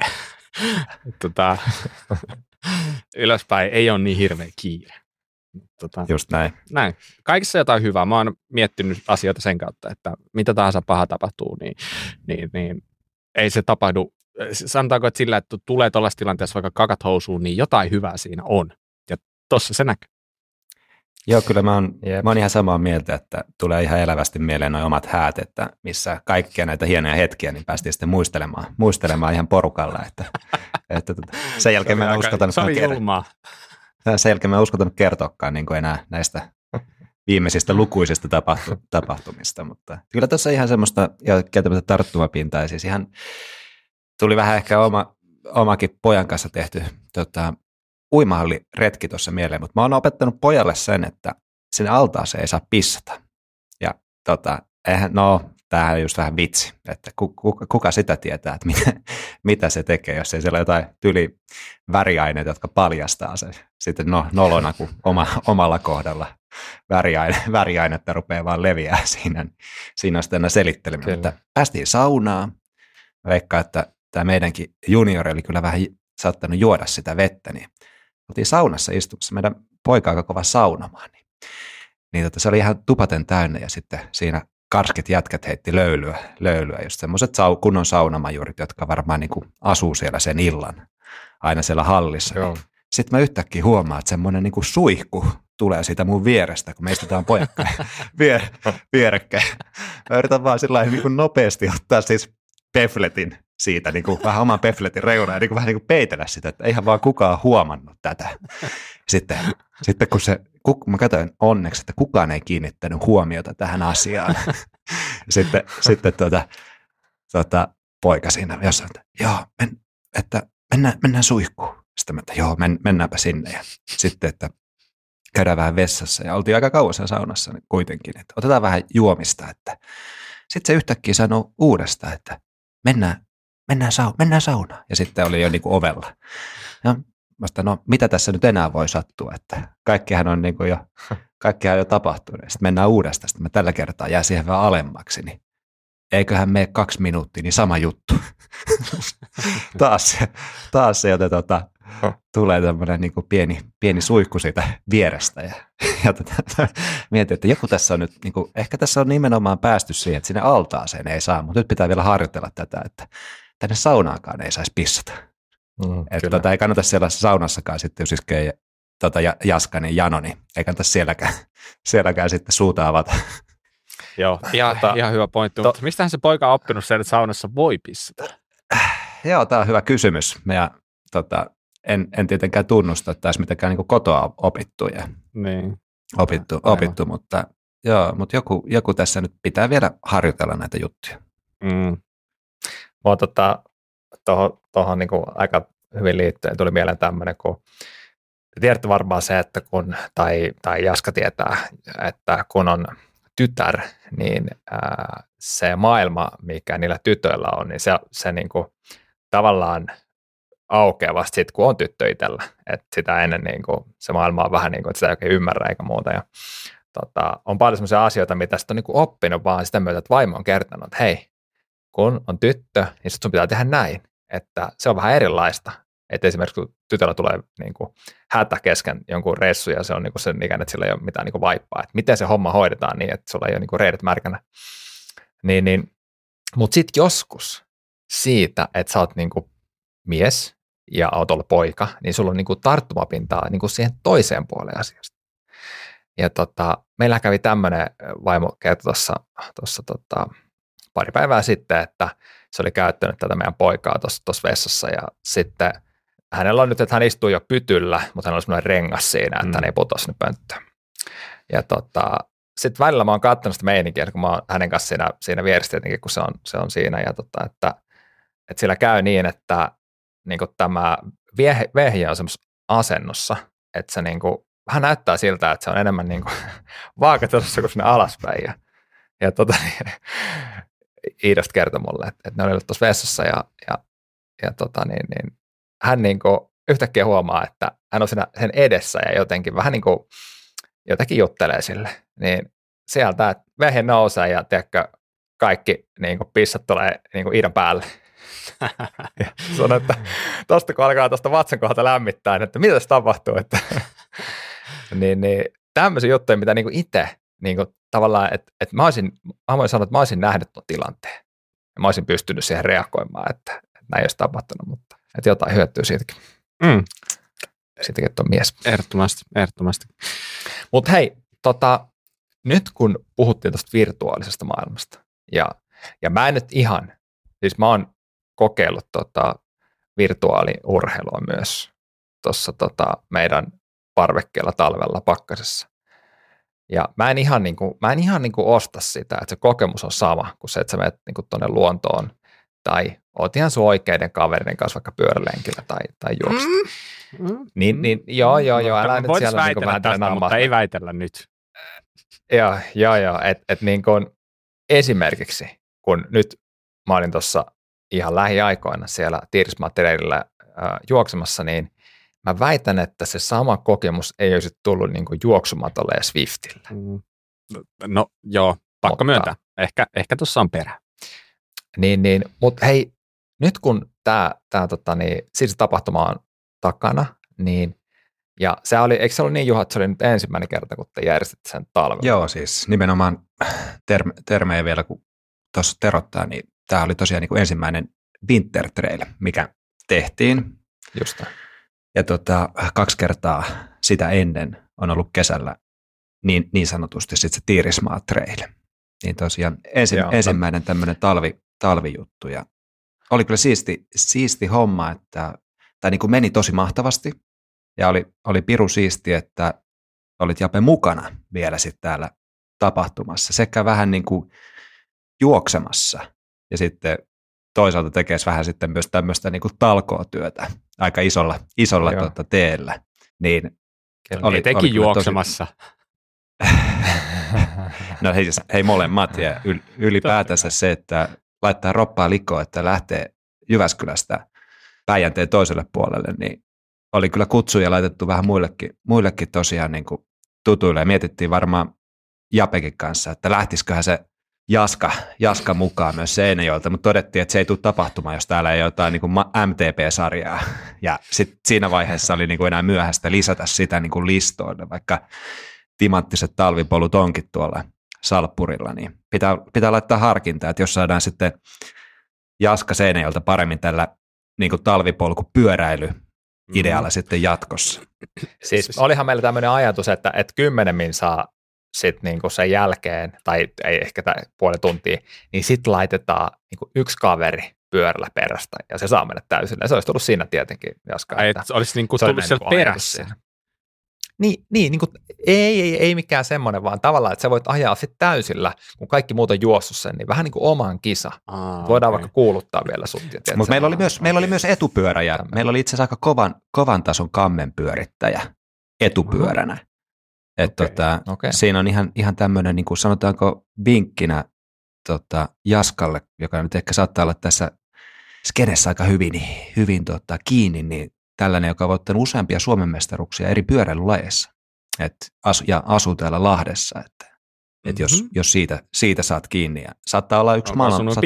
Ylöspäin ei ole niin hirveä kiire. Just näin. Kaikissa jotain hyvää. Mä oon miettinyt asioita sen kautta, että mitä tahansa paha tapahtuu, niin ei se tapahdu. Sanotaanko, että sillä, että tulee tuollaisessa tilanteessa vaikka kakat housuun, niin jotain hyvää siinä on. Ja tossa se näkyy. Joo, kyllä mä oon ihan samaa mieltä, että tulee ihan elävästi mieleen nuo omat häät, että missä kaikkia näitä hienoja hetkiä, niin päästiin sitten muistelemaan ihan porukalla. Että sen jälkeen mä en uskaltanut kertoakaan niin kuin enää näistä viimeisistä lukuisista tapahtumista, mutta kyllä tässä ihan semmoista ja kieltämättä tarttumapintaa, siis ihan tuli vähän ehkä omakin pojan kanssa tehty uimahalliretki tuossa mieleen, mutta mä oon opettanut pojalle sen, että sinne altaaseen ei saa pissata. Ja tämähän on just vähän vitsi, että kuka sitä tietää, että mitä se tekee, jos ei siellä ole jotain väriaineita, jotka paljastaa sen sitten nolona, kun omalla kohdalla väriainetta rupeaa vaan leviää siinä on sitten selittelemään. Mutta päästiin saunaan. Veikkaan, että tämä meidänkin juniori oli kyllä vähän saattanut juoda sitä vettä, niin oltiin saunassa istumassa. Meidän poika aika kova saunomaan, niin se oli ihan tupaten täynnä ja sitten siinä karskit jätkät heitti löylyä just semmoiset kunnon saunamajurit, jotka varmaan niin kuin asuu siellä sen illan aina siellä hallissa. Niin sitten mä yhtäkkiä huomaan, että semmoinen niin kuin suihku tulee siitä mun vierestä, kun me istutaan pojakkaan vierekkäin. Mä yritän vaan sillä niin kuin nopeasti ottaa siis pefletin siitä, niin kuin vähän oman pefletin reunaa ja niin kuin vähän niin kuin peitellä sitä, että eihän vaan kukaan huomannut tätä. Sitten kun mä katsoin onneksi, että kukaan ei kiinnittänyt huomiota tähän asiaan. sitten poika siinä jossain, että mennään suihkuun. Sitten mä, että joo, mennäänpä sinne. Ja sitten, että käydään vähän vessassa. Ja oltiin aika kauan siellä saunassa kuitenkin, että otetaan vähän juomista. Sitten se yhtäkkiä sanoo uudestaan, että mennään saunaan. Ja sitten oli jo niin kuin ovella. Ja vasta, mitä tässä nyt enää voi sattua, että kaikkihan on jo tapahtunut. Sitten mennään uudestaan, sitten mä tällä kertaa jää siihen vähän alemmaksi, niin eiköhän mene 2 minuuttia, niin sama juttu. taas se, joten tulee tämmöinen niin kuin pieni suihku siitä vierestä. Ja mietin, että joku tässä on nyt, niin kuin, ehkä tässä on nimenomaan päästy siihen, että sinne altaaseen ei saa, mutta nyt pitää vielä harjoitella tätä, että tänne saunaakaan ei saisi pissata. Että ei kannata siellä saunassakaan sitten, jos iskee Jaskanen Jano, niin ei kannata sielläkään sitten suuta avata. Joo, ihan hyvä pointti, mutta mistähän se poika on oppinut sen, että saunassa voi pissata? Joo, tämä on hyvä kysymys. En tietenkään tunnusta, että olisi mitenkään niin kotoa opittu ja opittu, mutta joku tässä nyt pitää vielä harjoitella näitä juttuja. Tuohon niin aika hyvin liittyen tuli mieleen tämmöinen, kun tiedätte varmaan se, että tai Jaska tietää, että kun on tytär, niin se maailma, mikä niillä tytöillä on, niin se niin kuin tavallaan aukeaa vasta sitten, kun on tyttö itsellä. Että sitä ennen niin kuin, se maailma on vähän niin kuin, että sitä ei oikein ymmärrä eikä muuta. Ja, on paljon sellaisia asioita, mitä sitten on niin kuin oppinut vaan sitä myötä, että vaimo on kertonut, että hei, kun on tyttö, niin sun pitää tehdä näin. Että se on vähän erilaista. Että esimerkiksi kun tytöllä tulee niin kuin hätä kesken jonkun reissu ja se on niin kuin sen ikäinen, että sillä ei ole mitään niin kuin vaippaa. Että miten se homma hoidetaan niin, että sulla ei ole niin kuin reidet märkänä. Mutta sitten joskus siitä, että sä oot niin kuin mies ja oot ollut poika, niin sulla on niin kuin tarttumapintaa niin kuin siihen toiseen puoleen asiasta. Ja meillä kävi tämmöinen, vaimo kertoi tuossa pari päivää sitten, että se oli käyttänyt tätä meidän poikaa tuossa vessassa ja sitten hänellä on nyt, että hän istuu jo pytyllä, mutta hän on semmoinen rengas siinä, että hän ei putoa sinne pönttöön. Ja sitten välillä mä oon katsonut sitä meininkiä, kun mä oon hänen kanssa siinä vieressä tietenkin, kun se on siinä ja että sillä käy niin, että niin tämä vehjä on semmoisessa asennossa, että se niin kuin, vähän näyttää siltä, että se on enemmän niin kuin vaakatelussa kuin sinne alaspäin. Ja Iidosta kertoi mulle, että ne oli ollut tuossa vessassa ja hän niin kuin yhtäkkiä huomaa, että hän on siinä sen edessä ja jotenkin vähän niin kuin jotenkin juttelee sille. Niin sieltä vehje nousee ja tiedätkö, kaikki niin kuin pissat tulee niin kuin Iidon päälle. Ja sanon, että tuosta kun alkaa tuosta vatsan kohdalta lämmittää, että mitä tässä tapahtuu. Että niin tämmöisiä juttuja, mitä niin kuin itse niin kuin tavallaan, että mä voin sanoa, että mä olisin nähnyt tuon tilanteen. Ja mä olisin pystynyt siihen reagoimaan, että näin ei olisi tapahtunut, mutta että jotain hyötyy siitäkin. Siitäkin, että on mies. Ehdottomasti. Mutta hei, nyt kun puhuttiin tuosta virtuaalisesta maailmasta, ja mä en nyt ihan, siis mä oon kokeillut virtuaaliurheilua myös tuossa meidän parvekkeella talvella pakkasessa. Ja mä en ihan niin kuin osta sitä, että se kokemus on sama kuin se, että sä menet niin kuin tuonne luontoon tai oot ihan sun oikeiden kaverien kanssa vaikka pyörälenkillä tai juokset. Joo, älä nyt voit siellä väitellä niin tästä, mutta ei väitellä nyt. Joo, että niin kuin esimerkiksi, kun nyt mä olin tuossa ihan lähiaikoina siellä tiirismateriaalilla juoksemassa, niin mä väitän, että se sama kokemus ei olisi tullut niin kuin juoksumatolle ja Swiftille. No joo, pakko myöntää. Ehkä tuossa on perä. Niin, mutta hei, nyt kun tämä siis tapahtuma on takana, niin ja eikö se ollut niin, Juha, että se oli nyt ensimmäinen kerta, kun te järjestitte sen talven? Joo, siis nimenomaan termejä vielä, kun tuossa terottaa, niin tämä oli tosiaan niin kuin ensimmäinen winter trail, mikä tehtiin. Just. Ja 2 kertaa sitä ennen on ollut kesällä niin sanotusti sitten se Tiirismaa trail. Niin tosiaan ensimmäinen tämmöinen talvijuttu. Ja oli kyllä siisti homma, että tämä niin kuin meni tosi mahtavasti. Ja oli piru siisti, että olit Jape mukana vielä sitten täällä tapahtumassa. Sekä vähän niin kuin juoksemassa ja sitten toisaalta tekee vähän sitten myös tämmöistä niin kuin talkootyötä aika isolla teellä. Niin teki juoksemassa. No hei molemmat ja ylipäätänsä se, että laittaa roppaa likoon, että lähtee Jyväskylästä Päijänteen toiselle puolelle, niin oli kyllä kutsuja laitettu vähän muillekin tosiaan niin kuin tutuille ja mietittiin varmaan Japekin kanssa, että lähtisiköhän se Jaska mukaan myös Seinäjoelta, mutta todettiin, että se ei tule tapahtumaan, jos täällä ei ole jotain niin kuin MTP-sarjaa. Ja sitten siinä vaiheessa oli niin kuin enää myöhäistä lisätä sitä niin kuin listoille, vaikka timanttiset talvipolut onkin tuolla Salppurilla, niin pitää laittaa harkintaa, että jos saadaan sitten Jaska Seinäjoelta paremmin tällä niin kuin talvipolkupyöräily idealla sitten jatkossa. Siis olihan meillä tämmöinen ajatus, että 10 min saa sitten niinku sen jälkeen, tai ei ehkä puoli tuntia, niin sitten laitetaan niinku 1 kaveri pyörällä perästä, ja se saa mennä täysille. Ja se olisi tullut siinä tietenkin, Jaska. Se olisi niinku tullut sieltä perässä. Niin kuin, ei mikään semmoinen, vaan tavallaan, että sä voit ajaa sitten täysillä, kun kaikki muut on juossut sen, niin vähän niin kuin oman kisa. Voidaan vaikka kuuluttaa vielä sut. Mutta meillä oli myös etupyöräjä. Meillä oli itse asiassa aika kovan tason kammenpyörittäjä etupyöränä. Siinä on ihan tämmöinen, niin kuin sanotaanko vinkkinä Jaskalle, joka nyt ehkä saattaa olla tässä skenessä aika hyvin kiinni, niin tällainen, joka on voittanut useampia Suomen mestaruuksia eri pyöräilylajeissa ja asuu täällä Lahdessa, että jos siitä saat kiinni. Ja saattaa olla yksi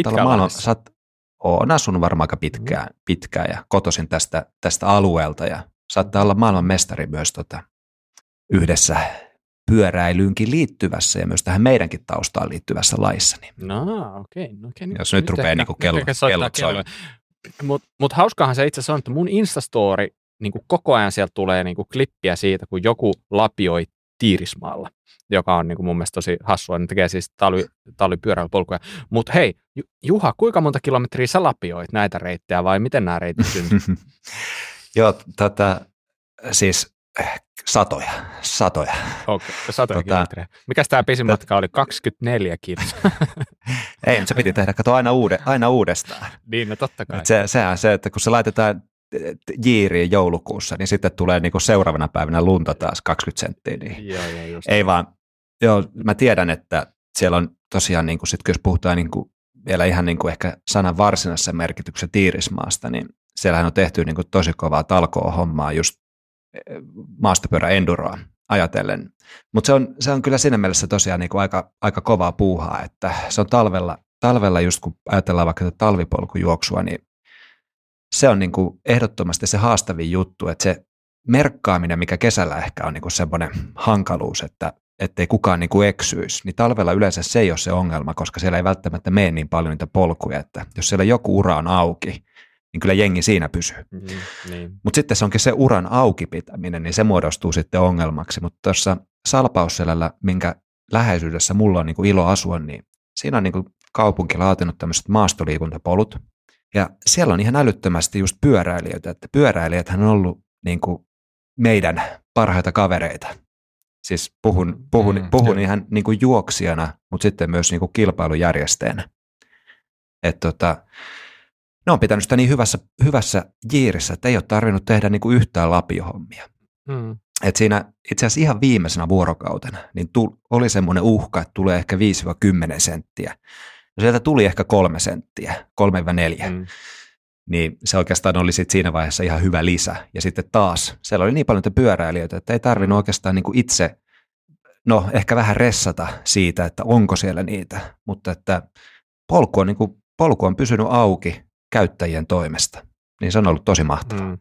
olen asunut varmaan aika pitkään ja kotoisin tästä alueelta ja saattaa olla maailman mestari myös yhdessä pyöräilyynkin liittyvässä ja myös tähän meidänkin taustaan liittyvässä lajissa. Niin. No, okei. Jos nyt rupeaa niinku kellot soimaan. Mutta hauskaahan se itse asiassa on, että mun Instastory niinku koko ajan sieltä tulee niinku klippiä siitä, kun joku lapioi Tiirismaalla, joka on niinku mun mielestä tosi hassua. Ne tekee siis talvipyöräilypolkuja. Mutta hei, Juha, kuinka monta kilometriä sä lapioit näitä reittejä vai miten nämä reitit syntyy? Joo, siis satoja. Okei, satoja kilometriä. Mikäs tämä pisimmatka oli? 24 kilsaa. Ei, se piti tehdä, kato aina uudestaan. Niin, no totta kai. Sehän se, että kun se laitetaan jiiriin joulukuussa, niin sitten tulee niinku seuraavana päivänä lunta taas 20 senttiä. Niin joo, ei vaan, mä tiedän, että siellä on tosiaan, niinku sit, jos puhutaan niinku vielä ihan niinku ehkä sanan varsinaisessa merkityksessä Tiirismaasta, niin siellähän on tehty niinku tosi kovaa talkoo-hommaa just maastopyörä-enduroa ajatellen. Mutta se on kyllä siinä mielessä tosiaan niinku aika kovaa puuhaa, että se on talvella just kun ajatellaan vaikka talvipolkujuoksua, niin se on niinku ehdottomasti se haastavin juttu, että se merkkaaminen, mikä kesällä ehkä on niinku semmoinen hankaluus, että ettei kukaan niinku eksyisi, niin talvella yleensä se ei ole se ongelma, koska siellä ei välttämättä mene niin paljon niitä polkuja, että jos siellä joku ura on auki, niin kyllä jengi siinä pysyy. Niin. Mutta sitten se onkin se uran auki pitäminen, niin se muodostuu sitten ongelmaksi. Mutta tuossa Salpausselällä, minkä läheisyydessä mulla on niinku ilo asua, niin siinä on niinku kaupunki laatinut tämmöiset maastoliikuntapolut. Ja siellä on ihan älyttömästi just pyöräilijöitä, että pyöräilijäthän on ollut niinku meidän parhaita kavereita. Siis puhun ihan niinku juoksijana, mutta sitten myös niinku kilpailujärjestäjänä. Että ne on pitänyt sitä niin hyvässä jiirissä, että ei ole tarvinnut tehdä niinku yhtään lapiohommia. että siinä itse asiassa ihan viimeisenä vuorokautena niin oli semmoinen uhka, että tulee ehkä 5-10 senttiä. No sieltä tuli ehkä 3 senttiä, 3-4. Niin se oikeastaan oli siinä vaiheessa ihan hyvä lisä. Ja sitten taas, siellä oli niin paljon pyöräilijöitä, että ei tarvinnut oikeastaan niin kuin itse, ehkä vähän ressata siitä, että onko siellä niitä, mutta että polku on pysynyt auki käyttäjien toimesta. Niin se on ollut tosi mahtavaa.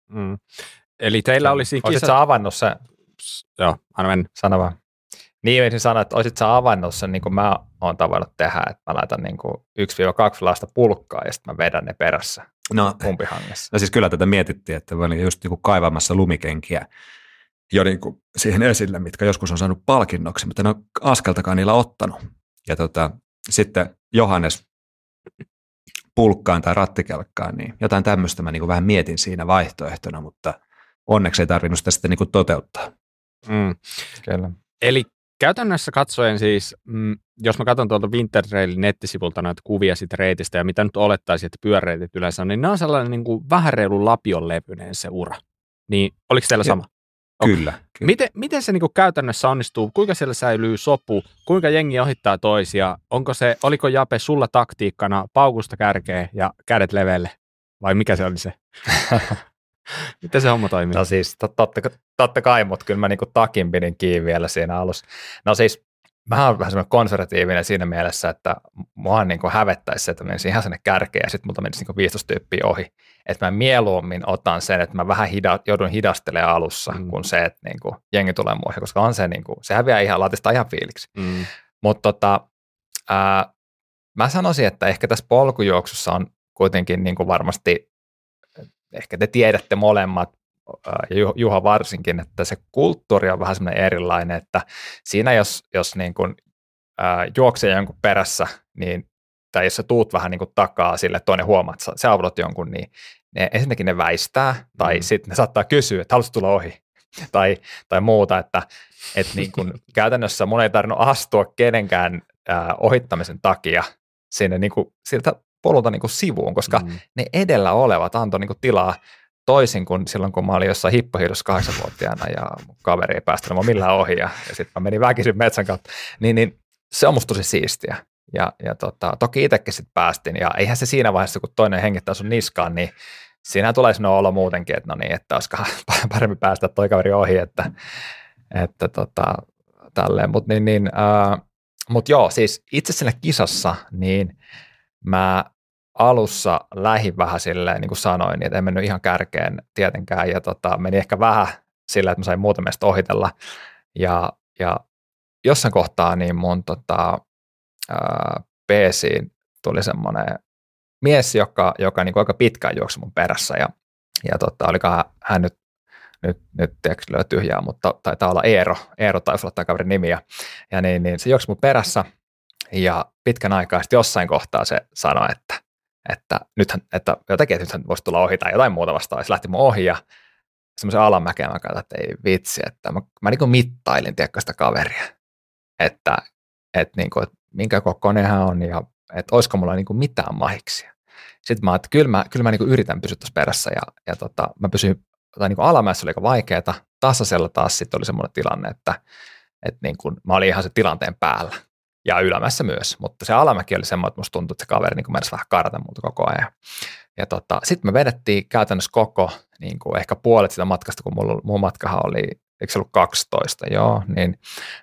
Eli teillä oli siinä Olisitko sä avannut se? Joo, anna mennä. Sano vaan. Niin, ensin sanoa, että olisitko sä avannut sen, niin kuin mä oon tavannut tehdä, että mä laitan niin kuin 1-2 lasta pulkkaa ja sitten mä vedän ne perässä umpihangessa. No siis kyllä tätä mietittiin, että mä olin just niin kuin kaivamassa lumikenkiä jo niin kuin siihen esille, mitkä joskus on saanut palkinnoksi, mutta en ole askeltakaan niillä ottanut. Ja sitten Johannes pulkkaan tai rattikelkkaan, niin jotain tämmöistä mä niin kuin vähän mietin siinä vaihtoehtona, mutta onneksi ei tarvinnut sitä sitten niin kuin toteuttaa. Kyllä. Eli käytännössä katsoen siis, jos mä katson tuolta Wintertrailin nettisivulta noita kuvia siitä reitistä ja mitä nyt olettaisiin, että pyöräreitit yleensä on, niin ne on sellainen niin kuin vähän reilun lapion levyinen se ura. Niin oliko teillä sama? Kyllä. Miten se niin kuin käytännössä onnistuu? Kuinka siellä säilyy sopu? Kuinka jengi ohittaa toisia? Oliko Jape sulla taktiikkana paukusta kärkeä ja kädet leveelle? Vai mikä se oli se? Miten se homma toimii? No siis totta kai, mutta kyllä mä niinku takin pidin kiinni vielä siinä alussa. No siis mä oon vähän semmoinen konservatiivinen siinä mielessä, että mua niinku hävettäisi se, että menisin ihan sinne kärkeen ja sitten multa menisi niinku 15 tyyppiä ohi. Että mä mieluummin otan sen, että mä vähän joudun hidastelemaan alussa, kuin se, että niinku jengi tulee muihin, koska on se niinku, se häviää ihan latista ihan fiiliksi. Mutta mä sanoisin, että ehkä tässä polkujuoksussa on kuitenkin niinku varmasti, ehkä te tiedätte molemmat, ja Juha varsinkin, että se kulttuuri on vähän semmoinen erilainen, että siinä jos niin kuin, juoksee jonkun perässä, niin, tai jos sä tuut vähän niin kuin takaa sille, että toinen huomaa, että sä avut jonkun, niin ensinnäkin ne väistää, tai sitten ne saattaa kysyä, että haluatko tulla ohi, tai muuta, että niin kuin, käytännössä mun ei tarvinnut astua kenenkään ohittamisen takia sinne niin kuin, siltä polulta niin kuin sivuun, koska ne edellä olevat antoi niin kuin tilaa toisin kuin silloin, kun mä olin jossain hippohiidossa 8-vuotiaana ja mun kaveri ei päästänyt mua millään ohi ja sitten mä menin väkisin metsän kautta, niin se on musta tosi siistiä. Ja toki itsekin sitten päästin ja eihän se siinä vaiheessa, kun toinen hengittää sun niskaan, niin siinä tulee sinun olo muutenkin, että no niin, että olisikohan parempi päästä toi kaveri ohi, että tälleen. Mutta joo, siis itse siinä kisassa, niin mä alussa lähin vähän silleen, niin kuin sanoin, niin että en mennyt ihan kärkeen tietenkään, ja meni ehkä vähän sillä, että mä sain muutamista ohitella, ja jossain kohtaa niin mun peesiin tuli semmoinen mies, joka niin kuin aika pitkään juoksi mun perässä, ja olikohan hän nyt tiedätkö löy tyhjää, mutta taitaa olla Eero taisi olla tämä kaverin nimi, ja niin se juoksi mun perässä, ja pitkän aikaa sitten jossain kohtaa se sanoi, että nythän voisi tulla ohi tai jotain muuta vastaan. Se lähti mun ohi ja semmoisen alamäkeen mä katsoin, että ei vitsi, että mä niin kuin mittailin sitä kaveria, että minkä kokoinen hän on ja että olisiko mulla niin kuin mitään mahiksia. Sitten mä ajattelin, että kyllä mä niin kuin yritän pysyä tuossa perässä ja mä pysyin, niin kuin alamäessä oli aika vaikeaa, tasaisella taas sitten oli semmoinen tilanne, että niin kuin mä olin ihan se tilanteen päällä. Ja ylämässä myös, mutta se alamäki oli semmoinen, että musta tuntui, että se kaveri niin mennessä vähän karata multa koko ajan. Ja sitten me vedettiin käytännössä koko, niin kuin ehkä puolet sitä matkasta, kun mun matkahan oli, eikö se ollut 12, joo, niin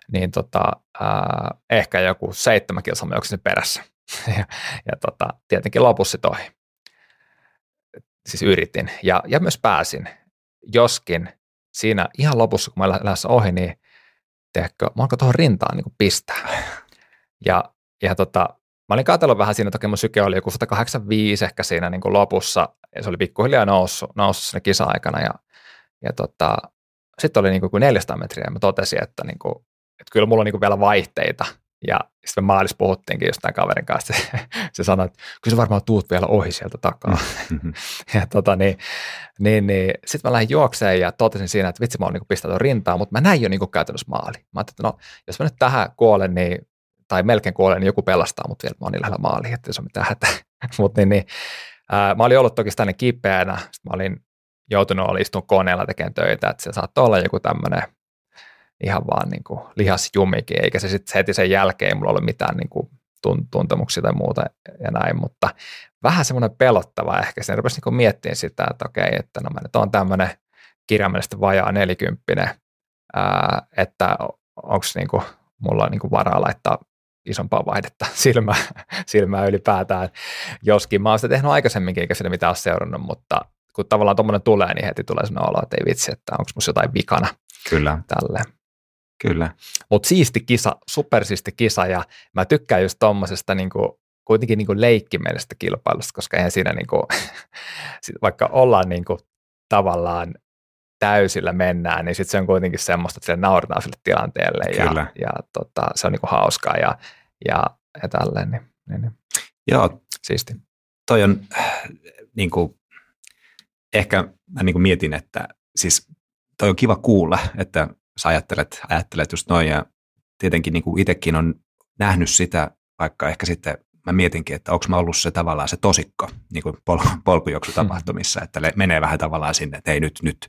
ehkä joku 7 kilsaa mä juoksin perässä. ja tietenkin lopussa ohi. Siis yritin ja myös pääsin, joskin siinä ihan lopussa, kun mä lähdössä ohi, niin tiedätkö, mä alkoin tuohon rintaan niin kuin pistää. Ja mä olin katsellut vähän siinä, toki mun syke oli joku 185 ehkä siinä niin kuin lopussa, ja se oli pikkuhiljaa noussut sinne kisa-aikana, ja sitten oli niin kuin 400 metriä, ja mä totesin, että kyllä mulla on niin kuin vielä vaihteita, ja sitten me maalissa puhuttiinkin just tämän kaverin kanssa, se sanoi, että kyllä sä varmaan tuut vielä ohi sieltä takaa. Ja sitten mä lähdin juokseen ja totesin siinä, että vitsi mä oon niin pistää tuon rintaan, mutta mä näin jo niin kuin käytännössä maali. Mä ajattelin, että no jos mä nyt tähän kuolen, tai melkein kuolen, niin joku pelastaa mut vielä, mä oon niin lähellä maaliin, että jos on mitään hätää. Mutta mä olin ollut toki sitä kipeänä, sitten mä olin joutunut olla istumaan koneella tekemään töitä, että se saattoi olla joku tämmöinen ihan vaan niin kuin lihasjumikin, eikä se sitten heti sen jälkeen ei mulla ollut mitään niin kuin tuntemuksia tai muuta ja näin, mutta vähän semmoinen pelottava ehkä. Sen rupesi niin miettimään sitä, että okei, että no mä nyt oon tämmöinen kirjaimellisesti vajaa 40, että onko niin kuin, mulla niin kuin varaa laittaa isompaa vaihdetta silmää ylipäätään. Joskin mä oon sitä tehnyt aikaisemminkin, eikä sitä mitään ole seurannut, mutta kun tavallaan tuommoinen tulee, niin heti tulee sellainen olo, että ei vitsi, että onko musta jotain vikana. Kyllä. Tälle. Kyllä. Mutta siisti kisa, supersiisti kisa, ja mä tykkään just tommosesta niinku, kuitenkin niinku leikkimielisestä kilpailusta, koska eihän siinä niinku, vaikka ollaan niinku tavallaan täysillä mennään, niin sitten se on kuitenkin semmoista, että sille naurataan sille tilanteelle, ja se on niinku hauskaa, ja tälleen. Niin. Joo. Siisti. Toi on niinku, ehkä mä niinku mietin, että siis toi on kiva kuulla, että sä ajattelet just noin, ja tietenkin niin kuin itsekin on nähnyt sitä, vaikka ehkä sitten mä mietinkin, että onko mä ollut se tavallaan se tosikko niin kuin polkujuoksutapahtumissa, että menee vähän tavallaan sinne, että ei nyt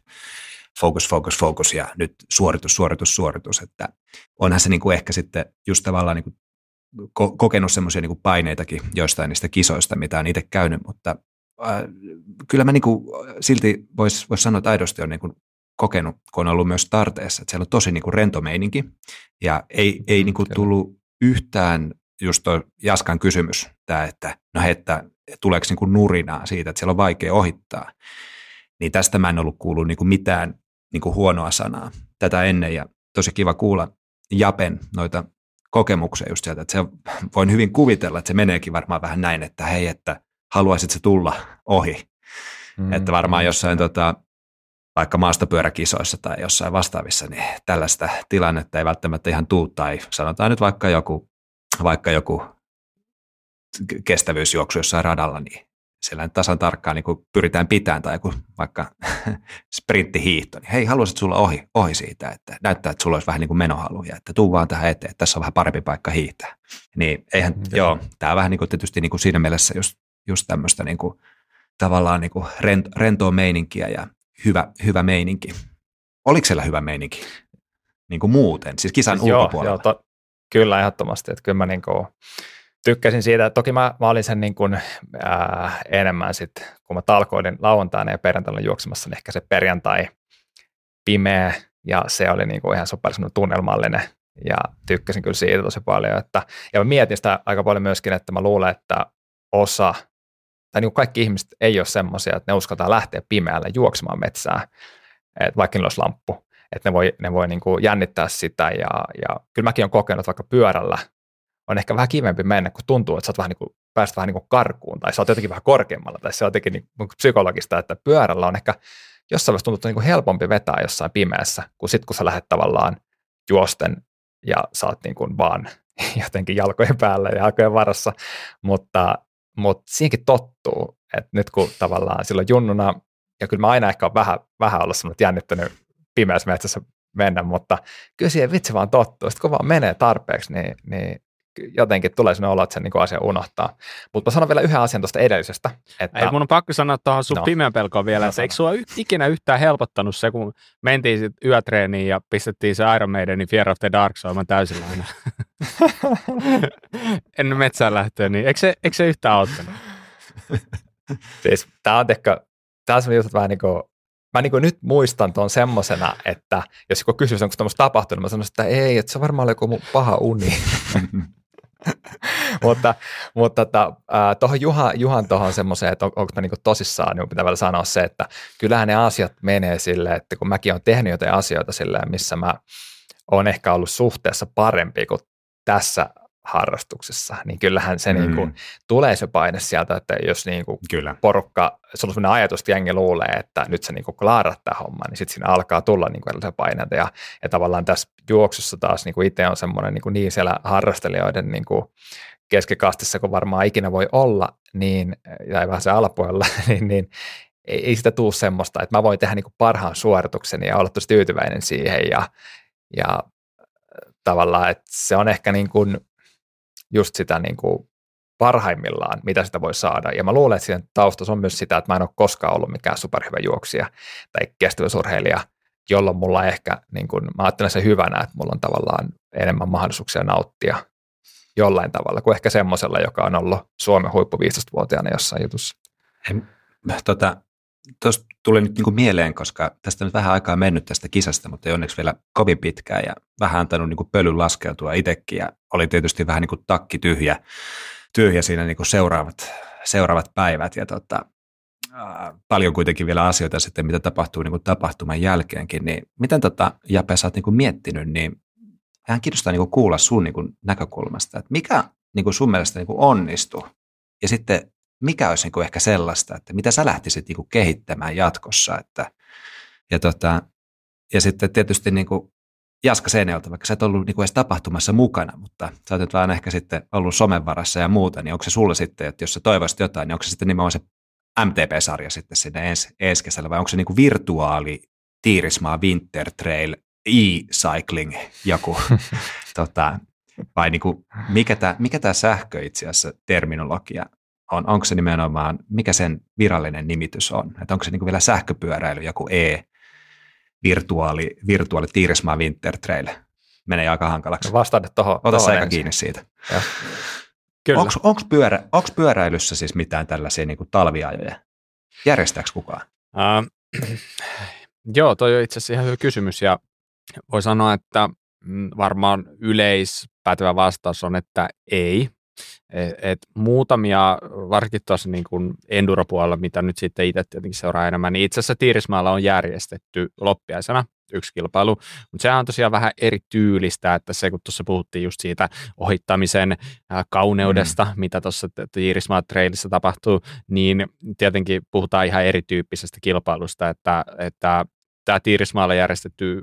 focus ja nyt suoritus, että onhan se niin kuin ehkä sitten just tavallaan niin kuin kokenut semmoisia niin kuin paineitakin joistain niistä kisoista, mitä on itse käynyt, mutta kyllä mä niin kuin silti vois sanoa, että aidosti on niin kuin kokenut, kun on ollut myös starteessa, että siellä on tosi niin kuin rento meininki, ja ei niin kuin tullut yhtään just tuo Jaskan kysymys, tämä, että no että tuleeko niin kuin nurinaa siitä, että siellä on vaikea ohittaa, niin tästä mä en ollut kuullut niin kuin mitään niin kuin huonoa sanaa tätä ennen, ja tosi kiva kuulla Japen noita kokemuksia just sieltä, että se voin hyvin kuvitella, että se meneekin varmaan vähän näin, että hei, että haluaisit se tulla ohi, että varmaan jossain vaikka maastopyöräkisoissa tai jossain vastaavissa, niin tällaista tilannetta ei välttämättä ihan tuu, tai sanotaan nyt vaikka joku kestävyysjuoksu jossain radalla, niin siellä tasan tarkkaan niin kun pyritään pitämään, tai joku vaikka sprinttihiihto, niin hei, haluaisit sulla ohi siitä, että näyttää, että sulla olisi vähän niin kuin menohaluja, että tuu vaan tähän eteen, että tässä on vähän parempi paikka hiihtää. Niin eihän, tämä on vähän niin kuin tietysti niin kuin siinä mielessä just tämmöistä niin kuin, tavallaan niin kuin rentoa meininkiä ja hyvä meininki. Oliko siellä hyvä meininki niin kuin muuten, siis kisan ulkopuolella? Kyllä ehdottomasti, että kyllä mä niin kuin tykkäsin siitä, että toki mä olin sen niin kuin, enemmän sitten, kun mä talkoilin lauantaina ja perjantaina juoksemassa, niin ehkä se perjantai pimeä, ja se oli niin kuin ihan super tunnelmallinen, ja tykkäsin kyllä siitä tosi paljon, ja mä mietin sitä aika paljon myöskin, että mä luulen, että osa tai niin kuin kaikki ihmiset ei ole semmoisia, että ne uskaltaa lähteä pimeällä juoksemaan metsään, että vaikka niillä olisi lamppu, että ne voi niin kuin jännittää sitä, ja kyllä mäkin olen kokenut, vaikka pyörällä on ehkä vähän kivempi mennä, kun tuntuu, että sä oot vähän niin kuin, päästä vähän niin kuin karkuun, tai sä oot jotenkin vähän korkeammalla, tai se on jotenkin niin kuin psykologista, että pyörällä on ehkä jossain vaiheessa tuntuu niin kuin helpompi vetää jossain pimeässä, kuin sitten kun sä lähdet tavallaan juosten, ja sä oot niin kuin vaan jotenkin jalkojen päällä ja jalkojen varassa, mutta siinäkin tottuu, että nyt kun tavallaan silloin junnuna, ja kyllä mä aina ehkä olen vähän ollut semmoinen jännittänyt pimeässä metsässä mennä, mutta kyllä siihen vitsi vaan tottuu. Sitten kun vaan menee tarpeeksi, niin jotenkin tulee sellainen olo, että sen niin asia unohtaa. Mutta mä sanon vielä yhden asian tuosta edellisestä. Että mun on pakko sanoa tuohon sun pimeän pelkoon vielä, että eikö sua ikinä yhtään helpottanut se, kun mentiin sitten yötreeniin ja pistettiin se Iron Maidenin Fear of the Dark soimaan täysillä aina. Ennen metsään lähtöä, niin eikö se yhtään auttanut? Siis tää on semmoinen juttu, että vähän niin kuin, mä niin kuin nyt muistan tuon semmosena, että jos joku kysyisi, onko tämmöistä tapahtunut, mä sanoisin, että ei, että se varmaan oli joku mun paha uni. mutta tuohon Juhan tuohon semmoiseen, että onko niinku tosissaan, niin pitää vielä sanoa se, että kyllähän ne asiat menee silleen, että kun mäkin olen tehnyt jotain asioita silleen, missä mä oon ehkä ollut suhteessa parempi kuin tässä harrastuksessa, niin kyllähän se niinku tulee se paine sieltä, että jos niinku porukka, se on sellainen ajatus, että jengi luulee, että nyt se niinku klaarat tämä homma, niin sitten siinä alkaa tulla niinku erilaisia paineita, ja tavallaan tässä juoksussa taas niinku itse on semmoinen niinku niin siellä harrastelijoiden niinku keskikastissa, kun varmaan ikinä voi olla, niin, ja vähän se alapuolella, niin ei sitä tule semmoista, että mä voin tehdä niinku parhaan suoritukseni ja olla tosi tyytyväinen siihen, ja tavallaan, että se on ehkä niin kuin just sitä niin kuin parhaimmillaan, mitä sitä voi saada. Ja mä luulen, että siinä taustassa on myös sitä, että mä en ole koskaan ollut mikään superhyvä juoksija tai kestävyysurheilija, jolloin mulla ehkä, niin kun, mä ajattelen sen hyvänä, että mulla on tavallaan enemmän mahdollisuuksia nauttia jollain tavalla kuin ehkä semmoisella, joka on ollut Suomen huippu 15-vuotiaana jossain jutussa. Tuosta tuli nyt niin kuin mieleen, koska tästä on nyt vähän aikaa mennyt tästä kisasta, mutta ei onneksi vielä kovin pitkään ja vähän antanut niin kuin pölyn laskeutua itsekin ja oli tietysti vähän niin kuin takki tyhjä siinä niin kuin seuraavat päivät ja paljon kuitenkin vielä asioita sitten, mitä tapahtuu niin kuin tapahtuman jälkeenkin, niin miten Jape sä oot niin kuin miettinyt, niin vähän kiinnostaa niin kuin kuulla sun niin kuin näkökulmasta, että mikä niin kuin sun mielestä niin kuin onnistui ja sitten mikä olisi niin kuin ehkä sellaista, että mitä sä lähtisit niin kuin kehittämään jatkossa, ja sitten tietysti niin kuin Jaska Seinäjoelta, vaikka sä et ollut niin kuin edes tapahtumassa mukana, mutta sä oot vaan ehkä sitten ollut somen varassa ja muuta, niin onko se sulle sitten, että jos sä toivoisit jotain, niin onko se sitten nimenomaan se MTP-sarja sitten sinne ensi kesällä, vai onko se niin kuin virtuaali Tiirismaa Winter Trail e-cycling joku, vai niin kuin, mikä tämä sähkö itse asiassa terminologia on? Onko se nimenomaan, mikä sen virallinen nimitys on? Että onko se niin kuin vielä sähköpyöräily, joku virtuaali Tiirismaa Winter Trail? Menee aika hankalaksi. Vastaan nyt tuohon. Ota sä aika kiinni siitä. Onko pyöräilyssä siis mitään tällaisia niin kuin talviajoja? Järjestääkö kukaan? Joo, toi on itse asiassa ihan hyvä kysymys ja voi sanoa, että varmaan yleispätevä vastaus on, että ei. Et muutamia, varsinkin tuossa niin kuin enduro-puolella, mitä nyt sitten itse tietenkin seuraa enemmän, niin itse asiassa Tiirismaalla on järjestetty loppiaisena yksi kilpailu, mutta sehän on tosiaan vähän eri tyylistä, että se kun tuossa puhuttiin just siitä ohittamisen kauneudesta, mitä tuossa Tiirismaa Trailissa tapahtuu, niin tietenkin puhutaan ihan erityyppisestä kilpailusta, että tämä Tiirismaalla järjestetty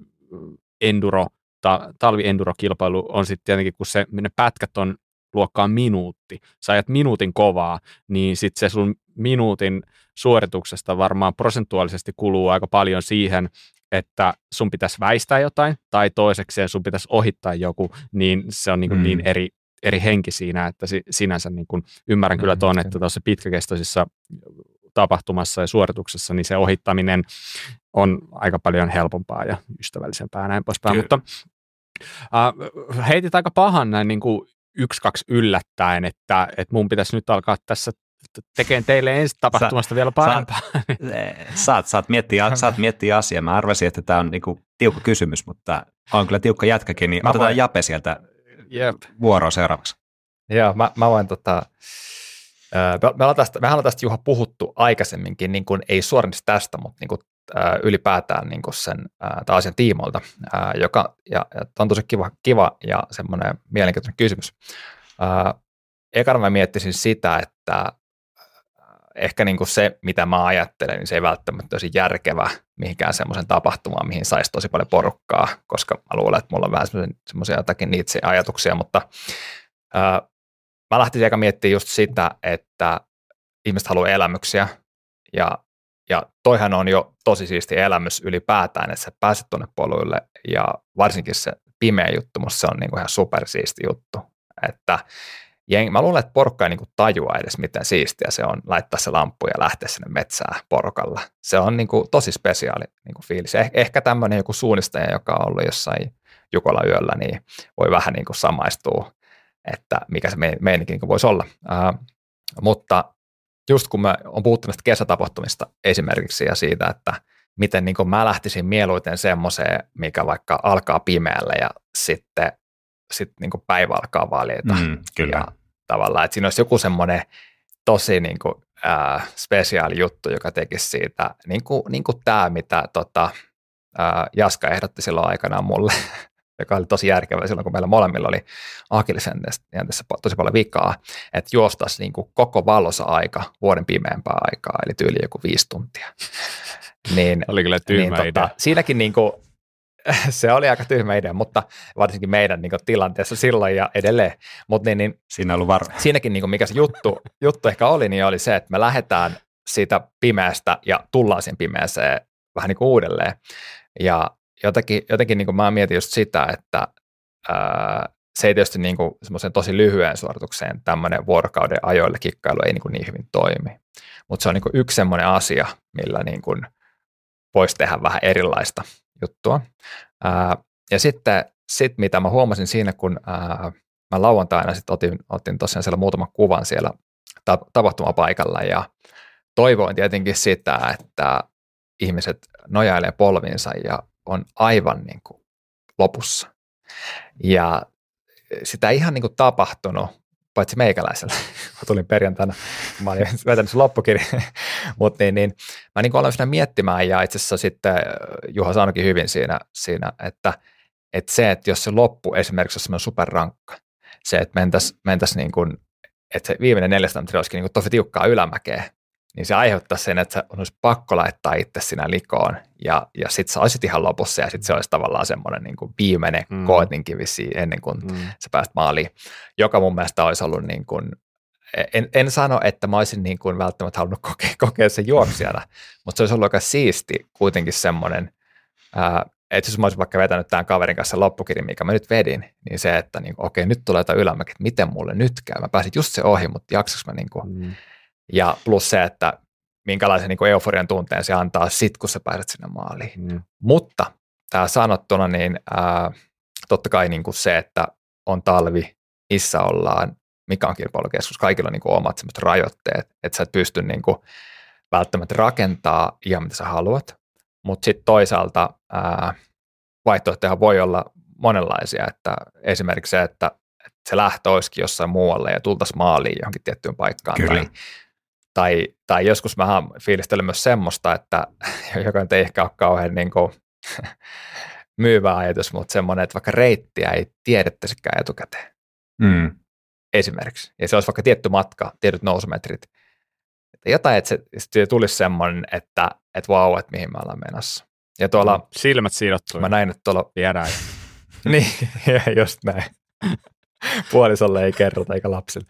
talvi-enduro-kilpailu on sitten tietenkin, kun ne pätkät on luokkaan minuutti, sä ajat minuutin kovaa, niin sitten se sun minuutin suorituksesta varmaan prosentuaalisesti kuluu aika paljon siihen, että sun pitäisi väistää jotain, tai toisekseen sun pitäisi ohittaa joku, niin se on niin eri henki siinä, että sinänsä niin kuin ymmärrän kyllä tuon, että tuossa pitkäkestoisissa tapahtumassa ja suorituksessa, niin se ohittaminen on aika paljon helpompaa ja ystävällisempää ja näin poispäin, mutta heitit aika pahan näin niin kuin 1-2 yllättäen, että mun pitäisi nyt alkaa tässä tekemään teille ensi tapahtumasta vielä parempaa. Saat miettiä asiaa. Mä arvasin, että tämä on niinku tiukka kysymys, mutta on kyllä tiukka jätkäkin, niin otetaan Jape sieltä vuoroa seuraavaksi. Joo, mä voin mehän ollaan tästä Juha puhuttu aikaisemminkin, niin kuin ei suoraan tästä, mutta niin kuin, ylipäätään niin kuin sen asian tiimoilta, ja on tosi kiva ja semmoinen mielenkiintoinen kysymys. Ekana mä miettisin sitä, että ehkä niin kuin se, mitä mä ajattelen, niin se ei välttämättä olisi järkevä mihinkään semmoisen tapahtumaan, mihin saisi tosi paljon porukkaa, koska mä luulen, että mulla on vähän semmoisia jotakin niitä ajatuksia, mutta mä lähtisin aika miettimään just sitä, että ihmiset haluaa elämyksiä, ja toihan on jo tosi siisti elämys ylipäätään, että sä pääset tuonne poluille, ja varsinkin se pimeä juttu, musta se on niinku ihan supersiisti juttu, että mä luulen, että porukka ei niinku tajua edes, miten siistiä se on laittaa se lamppu ja lähteä sinne metsään porukalla. Se on niinku tosi spesiaali niinku fiilis. Ehkä tämmöinen joku suunnistaja, joka on ollut jossain Jukola yöllä, niin voi vähän niinku samaistua, että mikä se meininki niinku voisi olla. Mutta just kun mä oon puhuttu näistä kesätapahtumista esimerkiksi ja siitä, että miten niin mä lähtisin mieluiten semmoiseen, mikä vaikka alkaa pimeällä ja sitten niin päivä alkaa valjeta. Kyllä. Ja tavallaan, että siinä olisi joku semmoinen tosi niin kuin, spesiaali juttu, joka tekisi siitä, niin kuin tämä, mitä Jaska ehdotti silloin aikanaan mulle, joka oli tosi järkevä silloin, kun meillä molemmilla oli Achillesjänteessä tosi paljon vikaa, että juostaisi niin kuin koko valoisa aika, vuoden pimeämpää aikaa, eli tyyli joku 5 tuntia. Niin, oli kyllä tyhmä idea. Siinäkin niin kuin, se oli aika tyhmä idea, mutta varsinkin meidän niin kuin, tilanteessa silloin ja edelleen. Mut, niin, siinäkin niin kuin, mikä se juttu ehkä oli, niin oli se, että me lähdetään siitä pimeästä ja tullaan siihen pimeäseen vähän niin kuin uudelleen. Ja jotenkin niin kuin mä mietin just sitä, että se ei tietysti niin kuin semmoisen tosi lyhyen suoritukseen tämmöinen vuorokauden ajoille kikkailu ei niin hyvin toimi. Mutta se on niin kuin yksi semmoinen asia, millä niin kuin voisi tehdä vähän erilaista juttua. Ja sitten mitä mä huomasin siinä, kun mä lauantaina sitten otin tosiaan siellä muutaman kuvan siellä tapahtumapaikalla ja toivoin tietenkin sitä, että ihmiset nojailee polviinsa ja on aivan niin kuin lopussa. Ja sitä ei ihan niin kuin tapahtunut, paitsi meikäläisellä. Mä tulin perjantaina, mä olin vetänyt loppukirjan, mutta niin, mä niin kuin aloin siinä miettimään ja itse asiassa sitten Juha sanoikin hyvin siinä että se, että jos se loppu esimerkiksi on semmoinen superrankka, se, että mentäisiin niin kuin, että se viimeinen 400 metriä olisikin niin kuin tosi tiukkaa ylämäkeä, niin se aiheuttaa sen, että olisi pakko laittaa itse sinä likoon ja sitten sä olisit ihan lopussa ja sitten se olisi tavallaan semmoinen niin kuin viimeinen koetinkin vissiin ennen kuin sä pääst maaliin, joka mun mielestä olisi ollut niin kuin, en sano, että mä olisin niin kuin välttämättä halunnut kokea sen juoksijana, mutta se olisi ollut aika siisti kuitenkin semmoinen, että jos mä olisin vaikka vetänyt tämän kaverin kanssa loppukirjan, mikä mä nyt vedin, niin se, että niin, okei, nyt tulee jotain ylämäki, että miten mulle nyt käy, mä pääsin just se ohi, mutta jaksaks mä niin kuin, ja plus se, että minkälaisen niin kuin euforian tunteen se antaa sit, kun sä pääset sinne maaliin. Mutta tämä sanottuna, niin totta kai niin kuin se, että on talvi, missä ollaan, mikä on kilpailukeskus, kaikilla on niin kuin omat sellaiset rajoitteet, että sä et pysty niin kuin välttämättä rakentaa ihan mitä sä haluat, mutta sitten toisaalta vaihtoehtoja voi olla monenlaisia, että esimerkiksi se, että se lähtö olisikin jossain muualle ja tultaisiin maaliin johonkin tiettyyn paikkaan. Tai joskus mä fiilistelen myös semmoista, että joka nyt ei ehkä ole kauhean niin kuin myyvä ajatus, mutta semmoinen, että vaikka reittiä ei tiedettäisikään etukäteen. Esimerkiksi. Ja se olisi vaikka tietty matka, tietyt nousumetrit. Että jotain, että se tulisi semmoinen, että vau, että mihin me ollaan menossa. Ja tuolla silmät siirrottuu. Mä näin, että tuolla viedään. niin, just näin. Puolisolle ei kerrota eikä lapsille.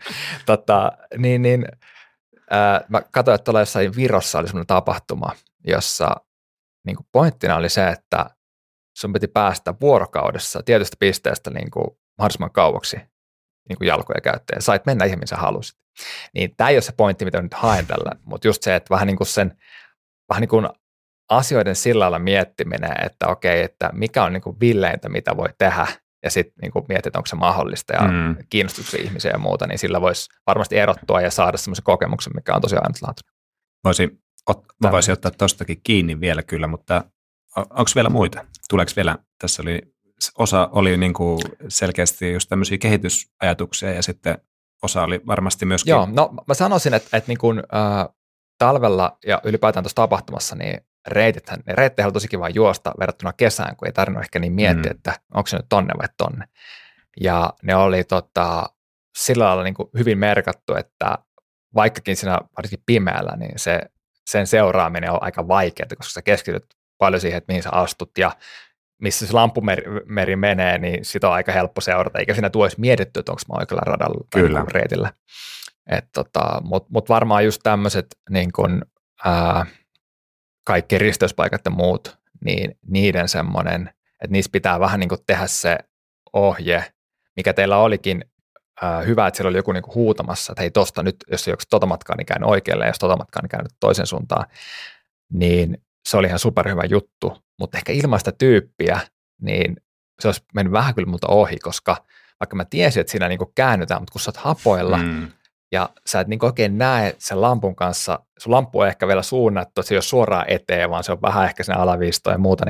Mä katsoin, että tuolla jossain Virossa oli semmoinen tapahtuma, jossa niin kuin pointtina oli se, että sun piti päästä vuorokaudessa tietystä pisteestä niin kuin mahdollisimman kauaksi niin kuin jalkoja käyttäen. Sait mennä ihan, missä halusit. Niin tämä ei ole se pointti, mitä nyt haen tällä, mutta just se, että vähän niin kuin asioiden sillä lailla miettiminen, että okei, että mikä on niin kuin villeintä, mitä voi tehdä, ja sitten niin mietit, onko se mahdollista ja kiinnostuksia ihmisiä ja muuta, niin sillä voisi varmasti erottua ja saada semmoisen kokemuksen, mikä on tosiaan ainutlaatuinen. Mä voisin ottaa tuostakin kiinni vielä kyllä, mutta onko vielä muita? Tuleeko vielä, tässä osa oli niin kuin selkeästi just tämmöisiä kehitysajatuksia ja sitten osa oli varmasti myöskin. Joo, no mä sanoisin, että niin kuin, talvella ja ylipäätään tuossa tapahtumassa, niin reittejä on tosi kiva juosta verrattuna kesään, kun ei tarvinnut ehkä niin miettiä, että onko se nyt tonne vai tonne. Ja ne oli sillä lailla niin kuin hyvin merkattu, että vaikkakin siinä varsinkin pimeällä, niin sen seuraaminen on aika vaikeaa, koska sä keskityt paljon siihen, että mihin sä astut ja missä se lampumeri menee, niin sitä on aika helppo seurata, eikä siinä tule edes mietitty, että onko mä oikealla radalla tai reitillä. Mutta varmaan just tämmöiset niin kuin, kaikki risteyspaikat ja muut, niin niiden semmoinen, että niissä pitää vähän niin kuin tehdä se ohje, mikä teillä olikin hyvä, että siellä oli joku niin kuin huutamassa, että hei tosta nyt, jos joku tota matkaa, niin käyn oikealle, ja jos tota matkaa, niin käyn toisen suuntaan, niin se oli ihan superhyvä juttu, mutta ehkä ilman sitä tyyppiä, niin se olisi mennyt vähän kyllä multa ohi, koska vaikka mä tiesin, että siinä niin kuin käännytään, mutta kun sä oot hapoilla, ja sä et niin oikein näe sen lampun kanssa, sun lamppu on ehkä vielä suunnattu, että se ei ole suoraan eteen, vaan se on vähän ehkä sinne alaviistoon ja muuta,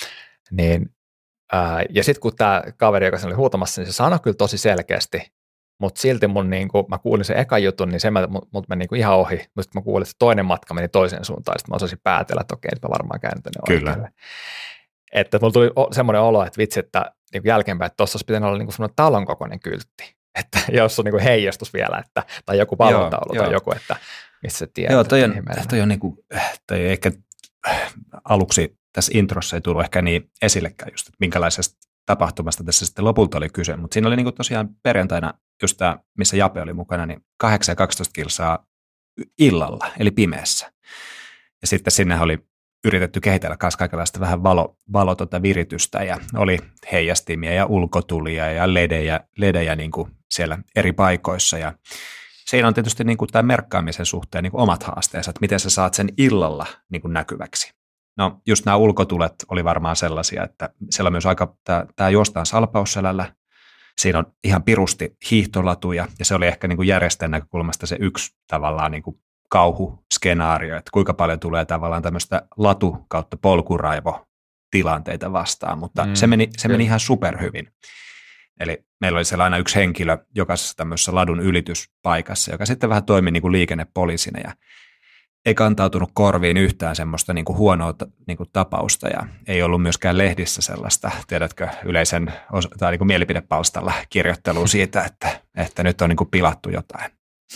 ja sitten kun tämä kaveri, joka oli huutamassa, niin se sanoi kyllä tosi selkeästi, mutta silti mä kuulin sen ekan jutun, niin se mut meni ihan ohi, mutta sitten mä kuulin, että toinen matka meni toiseen suuntaan, ja sitten mä osasin päätellä, että okei, nyt mä varmaan käyn tänne oikealle. Että mulla tuli semmoinen olo, että vitsi, että niin jälkeenpäin, että tuossa olisi pitänyt olla niin semmoinen talon kokoinen kyltti. Että jos on niin heijastus vielä, tai joku valontaulu tai joku, että missä se tiedät. Joo, toi on niin kuin, toi ehkä aluksi tässä introssa ei tullut ehkä niin esillekään just, että minkälaisesta tapahtumasta tässä sitten lopulta oli kyse, mutta siinä oli niin kuin tosiaan perjantaina just tämä, missä Jape oli mukana, niin 8 ja 12 kilsaa illalla, eli pimeässä. Ja sitten sinne oli yritetty kehitellä myös kaikenlaista vähän viritystä ja oli heijastimia ja ulkotulia ja ledejä niin kuin siellä eri paikoissa ja siinä on tietysti niin kuin tämän merkkaamisen suhteen niin kuin omat haasteensa, että miten sä saat sen illalla niin kuin näkyväksi. No just nämä ulkotulet oli varmaan sellaisia, että siellä on myös aika, tämä juostaan Salpausselällä, siinä on ihan pirusti hiihtolatuja ja se oli ehkä niin kuin järjestäjän näkökulmasta se yksi tavallaan niin kuin kauhuskenaario, että kuinka paljon tulee tavallaan tämmöistä latu kautta polkuraivo-tilanteita vastaan, mutta se meni ihan superhyvin. Eli meillä oli siellä aina yksi henkilö jokaisessa tämmöisessä ladun ylityspaikassa, joka sitten vähän toimi niin kuin liikennepoliisina ja ei kantautunut korviin yhtään semmoista niin kuin huonoa niin kuin tapausta ja ei ollut myöskään lehdissä sellaista, tiedätkö, yleisen tai niin kuin mielipidepalstalla kirjoittelua siitä, että nyt on niin kuin pilattu jotain.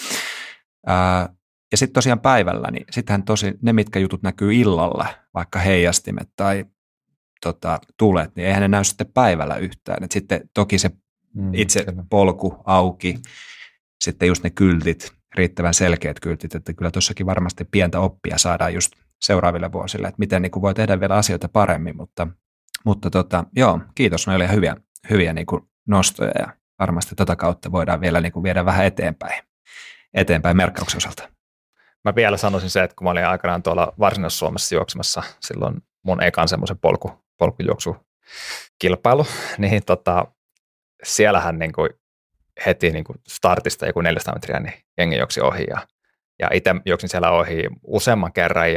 Ja sitten tosiaan päivällä, niin sittenhän ne, mitkä jutut näkyy illalla, vaikka heijastimet tai tulet, niin eihän ne näy sitten päivällä yhtään. Et sitten toki se itse polku auki, sitten just ne kyltit, riittävän selkeät kyltit, että kyllä tuossakin varmasti pientä oppia saadaan just seuraaville vuosille, että miten niin kuin voi tehdä vielä asioita paremmin, mutta joo, kiitos, ne oli hyviä niin kuin nostoja ja varmasti tätä kautta voidaan vielä niin kuin viedä vähän eteenpäin merkkauksen osalta. Mä vielä sanoisin se, että kun mä olin aikanaan tuolla Varsinais-Suomessa juoksemassa silloin mun ekan semmoisen polkujuoksukilpailu, niin siellähän niin kuin heti niin kuin startista joku 400 metriä, niin jengi juoksi ohi ja itse juoksin siellä ohi useamman kerran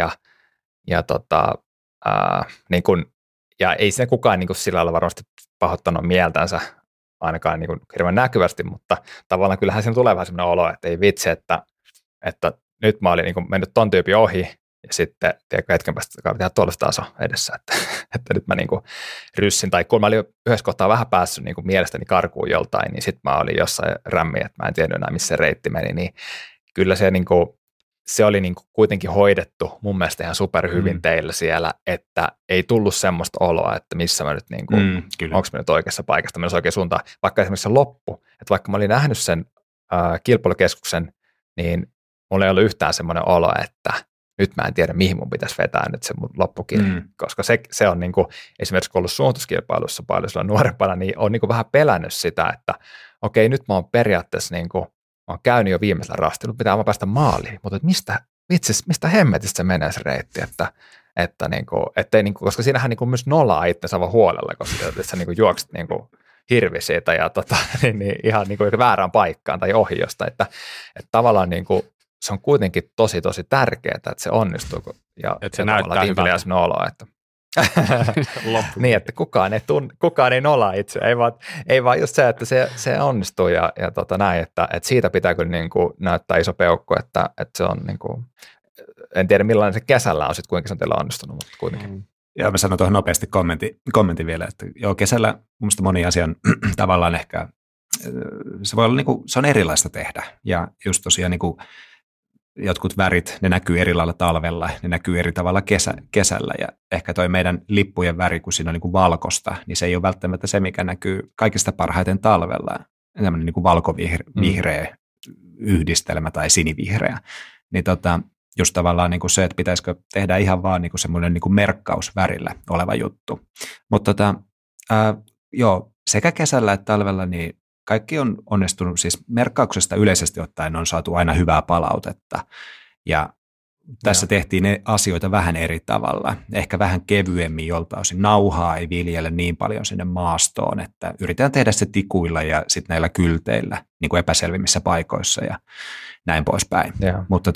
niin kuin, ja ei siinä kukaan niin kuin sillä lailla varmasti pahoittanut mieltänsä ainakaan niin kuin hirveän näkyvästi, mutta tavallaan kyllähän siinä tulee vähän sellainen olo, että ei vitsi, että nyt mä olin niin kuin mennyt ton tyypin ohi ja sitten hetken päästä tehdä tuollaista tasoa edessä, että nyt mä niin kuin ryssin, tai kun mä olin yhdessä kohtaa vähän päässyt niin kuin mielestäni karkuun joltain, niin sitten mä olin jossain rämmiin, että mä en tiennyt enää, missä se reitti meni, niin kyllä se, niin kuin, se oli niin kuin kuitenkin hoidettu mun mielestä ihan superhyvin teillä siellä, että ei tullut semmoista oloa, että missä mä nyt, niin kuin, onko mä nyt oikeassa paikassa, menossa oikein suuntaan, vaikka esimerkiksi se loppu, että vaikka mä olin nähnyt sen kilpailukeskuksen, niin mulla ei ollut yhtään semmoinen olo, että nyt mä en tiedä, mihin mun pitäisi vetää nyt se mun loppukin, koska se on niin kuin, esimerkiksi kun ollut suuntauskilpailussa paljon silloin nuorempana, niin on niin kuin vähän pelännyt sitä, että okei, nyt mä oon periaatteessa niin kuin, mä oon käynyt jo viimeisellä rastilla, nyt pitää aivan päästä maaliin, mutta mistä hemmetistä se menee se reitti, että niin kuin, ettei niin kuin, koska siinähän niin kuin myös nollaa itsensä vaan huolella, koska sä niin kuin juokset niin kuin hirvi siitä ja niin ihan niin kuin väärään paikkaan tai ohi josta, että tavallaan niin kuin, se on kuitenkin tosi tärkeää, että se onnistuu ja että se näyttää hyvältä. Sellainen olo, että niin, että kukaan ei nollaa itse, ei vaan just se, että se onnistuu ja näin, että siitä pitää kyllä niin kuin näyttää iso peukku, että se on niin kuin, en tiedä millainen se kesällä on sitten, kuinka se on teillä onnistunut, mutta kuitenkin. Joo, mä sanon tuohon nopeasti kommentin vielä, että joo, kesällä mun mielestä moni asian tavallaan ehkä, se voi olla niin kuin, se on erilaista tehdä ja just tosiaan niin kuin jotkut värit, ne näkyy eri lailla talvella, ne näkyy eri tavalla kesällä ja ehkä toi meidän lippujen väri, kun siinä on niin kuin valkosta, niin se ei ole välttämättä se, mikä näkyy kaikista parhaiten talvella. Tämmöinen niin kuin valkovihreä yhdistelmä tai sinivihreä. Niin just tavallaan niin kuin se, että pitäisikö tehdä ihan vaan niin kuin semmoinen niin kuin merkkausvärillä oleva juttu. Mutta joo, sekä kesällä että talvella niin kaikki on onnistunut, siis merkkauksesta yleisesti ottaen on saatu aina hyvää palautetta ja tässä tehtiin ne asioita vähän eri tavalla, ehkä vähän kevyemmin joltain osin. Nauhaa ei viljellä niin paljon sinne maastoon, että yritetään tehdä se tikuilla ja sitten näillä kylteillä niin kuin epäselvimmissä paikoissa ja näin poispäin. Mutta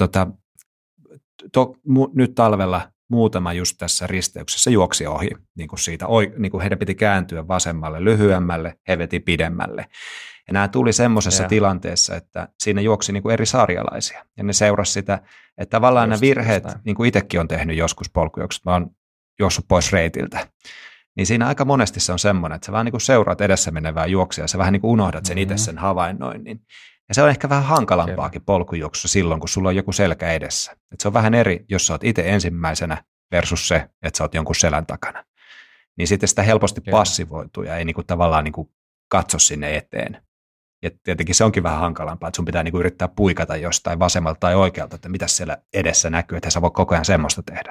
nyt talvella muutama just tässä risteyksessä juoksi ohi, niin kuin siitä, niin kuin heidän piti kääntyä vasemmalle lyhyemmälle, he veti pidemmälle. Ja nämä tuli semmoisessa tilanteessa, että siinä juoksi niin kuin eri sarjalaisia. Ja ne seurasi sitä, että tavallaan just nämä virheet, niin kuin itsekin on tehnyt joskus polkujuoksut, mä oon juossut pois reitiltä. Niin siinä aika monesti se on semmoinen, että sä vaan niin kuin seuraat edessä menevää juoksia ja sä vähän niin kuin unohdat sen itse sen havainnoinnin. Ja se on ehkä vähän hankalampaakin polkujuoksussa silloin, kun sulla on joku selkä edessä. Et se on vähän eri, jos sä oot itse ensimmäisenä versus se, että sä oot jonkun selän takana. Niin sitten sitä helposti passivoituu ja ei niinku tavallaan niinku katso sinne eteen. Ja tietenkin se onkin vähän hankalampaa, että sun pitää niinku yrittää puikata jostain vasemmalta tai oikealta, että mitä siellä edessä näkyy, että sä voi koko ajan semmoista tehdä.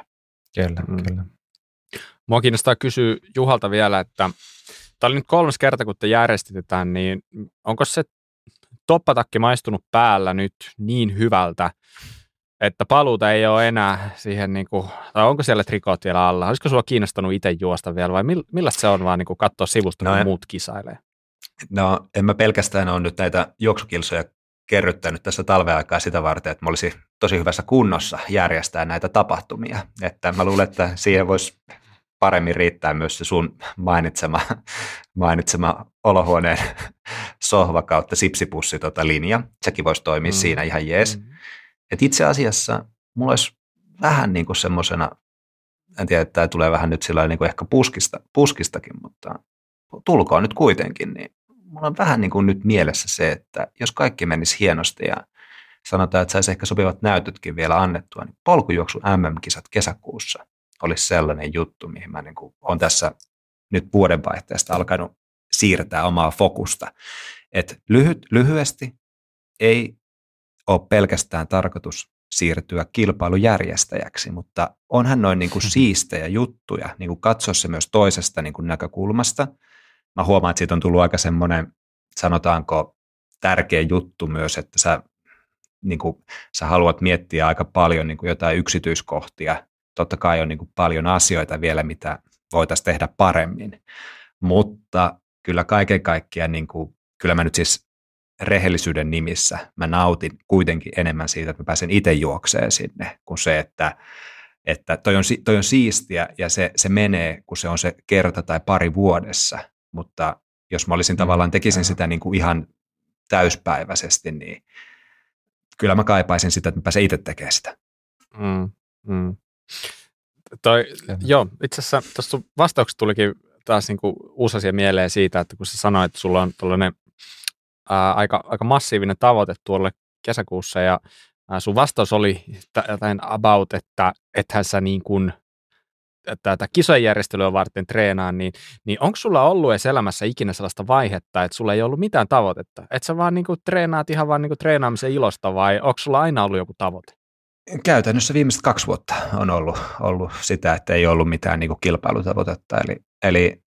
Kyllä. Mua kiinnostaa kysyä Juhalta vielä, että tämä oli nyt 3. kerta, kun te järjestetään, niin onko se toppatakki maistunut päällä nyt niin hyvältä, että paluuta ei ole enää siihen, niin kuin, tai onko siellä trikoot vielä alla? Olisiko sinua kiinnostanut itse juosta vielä, vai millaista se on vaan niin kuin katsoa sivusta, kun muut kisailee? No, en mä pelkästään ole nyt näitä juoksukilsoja kerryttänyt tässä talven aikaa sitä varten, että mä olisin tosi hyvässä kunnossa järjestää näitä tapahtumia. Että mä luulen, että siihen voisi paremmin riittää myös se sun mainitsema olohuoneen sohva kautta sipsipussi linja. Sekin voisi toimia siinä ihan jees. Et itse asiassa mulla olisi vähän niin kuin semmosena, en tiedä, että tämä tulee vähän nyt sillä niin kuin ehkä puskistakin, mutta tulkoon nyt kuitenkin, niin mulla on vähän niin kuin nyt mielessä se, että jos kaikki menisi hienosti ja sanotaan, että saisi ehkä sopivat näytötkin vielä annettua, niin polkujuoksu MM-kisat kesäkuussa olisi sellainen juttu, mihin mä niin kuin olen tässä nyt vuodenvaihteesta alkanut siirtää omaa fokusta. Että lyhyesti ei ole pelkästään tarkoitus siirtyä kilpailujärjestäjäksi, mutta onhan noin niin kuin siistejä juttuja, niin kuin katsoa se myös toisesta niin kuin näkökulmasta. Mä huomaan, että siitä on tullut aika semmoinen, sanotaanko, tärkeä juttu myös, että sä haluat miettiä aika paljon niin kuin jotain yksityiskohtia. Totta kai on niin kuin paljon asioita vielä, mitä voitaisiin tehdä paremmin, mutta kyllä kaiken kaikkiaan, niin kuin, kyllä mä nyt siis rehellisyyden nimissä mä nautin kuitenkin enemmän siitä, että mä pääsen itse juokseen sinne, kuin se, että toi on siistiä ja se menee, kun se on se kerta tai pari vuodessa, mutta jos mä olisin tavallaan tekisin sitä niin kuin ihan täyspäiväisesti, niin kyllä mä kaipaisin sitä, että mä pääsen itse tekemään sitä. Joo, itse asiassa tuossa vastauksessa tulikin taas niin kuin uusi asia mieleen siitä, että kun sä sanoit, että sulla on tuollainen aika massiivinen tavoite tuolle kesäkuussa, ja sun vastaus oli jotain about, että ethän sä niin kuin tätä kisojen järjestelyä varten treenaa, niin onko sulla ollut edes elämässä ikinä sellaista vaihetta, että sulla ei ollut mitään tavoitetta? Et sä vaan niin kuin treenaat ihan vaan niin kuin treenaamisen ilosta, vai onko sulla aina ollut joku tavoite? Käytännössä viimeiset 2 vuotta on ollut sitä, että ei ollut mitään niin kuin kilpailutavoitetta, eli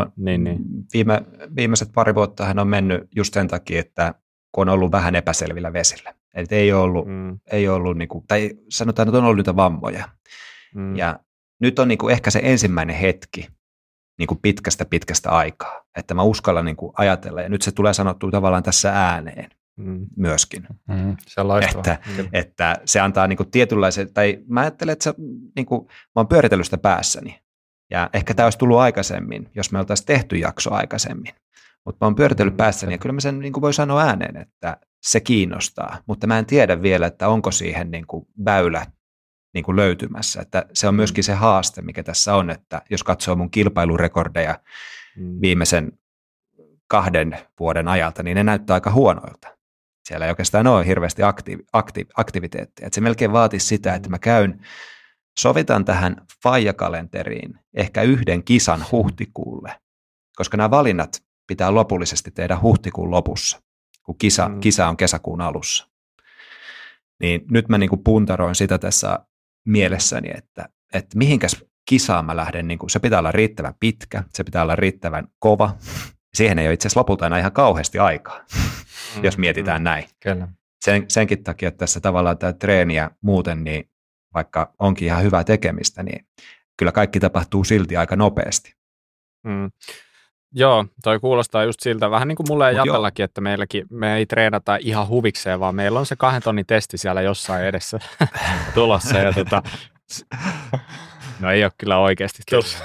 viimeiset 2 vuotta hän on mennyt just sen takia, että kun on ollut vähän epäselvillä vesillä. Eli ei ollut niin kuin, tai sanotaan, että on ollut niitä vammoja. Ja nyt on niin kuin ehkä se ensimmäinen hetki niin kuin pitkästä aikaa, että mä uskallan niin kuin ajatella, ja nyt se tulee sanottua tavallaan tässä ääneen myöskin. Se on loistavaa. Että se antaa niin kuin tietynlaisen, tai mä ajattelen, että niin kuin, mä oon pyöritellyt sitä päässäni, ja ehkä tämä olisi tullut aikaisemmin, jos me oltaisiin tehty jakso aikaisemmin. Mutta mä oon pyöritellyt päässäni, ja kyllä mä sen niin kuin voi sanoa ääneen, että se kiinnostaa, mutta mä en tiedä vielä, että onko siihen niin kuin väylä niin kuin löytymässä. Että se on myöskin se haaste, mikä tässä on, että jos katsoo mun kilpailurekordeja viimeisen 2 vuoden ajalta, niin ne näyttää aika huonoilta. Siellä ei oikeastaan ole hirveästi aktiviteetteja. Että se melkein vaatisi sitä, että mä sovitan tähän faijakalenteriin ehkä 1 kisan huhtikuulle, koska nämä valinnat pitää lopullisesti tehdä huhtikuun lopussa, kun kisa on kesäkuun alussa. Niin nyt mä niin kuin puntaroin sitä tässä mielessäni, että mihinkäs kisaan mä lähden, niin kuin, se pitää olla riittävän pitkä, se pitää olla riittävän kova. Siihen ei ole itse asiassa lopulta enää ihan kauheasti aikaa, jos mietitään näin. Kyllä. Senkin takia, että tässä tavallaan tämä treeni ja muuten, niin vaikka onkin ihan hyvää tekemistä, niin kyllä kaikki tapahtuu silti aika nopeasti. Joo, toi kuulostaa just siltä, vähän niin kuin mulle ja Japellakin, että me ei treenata ihan huvikseen, vaan meillä on se 2 tonnin testi siellä jossain edessä tulossa. Ja no ei ole kyllä oikeasti tulossa.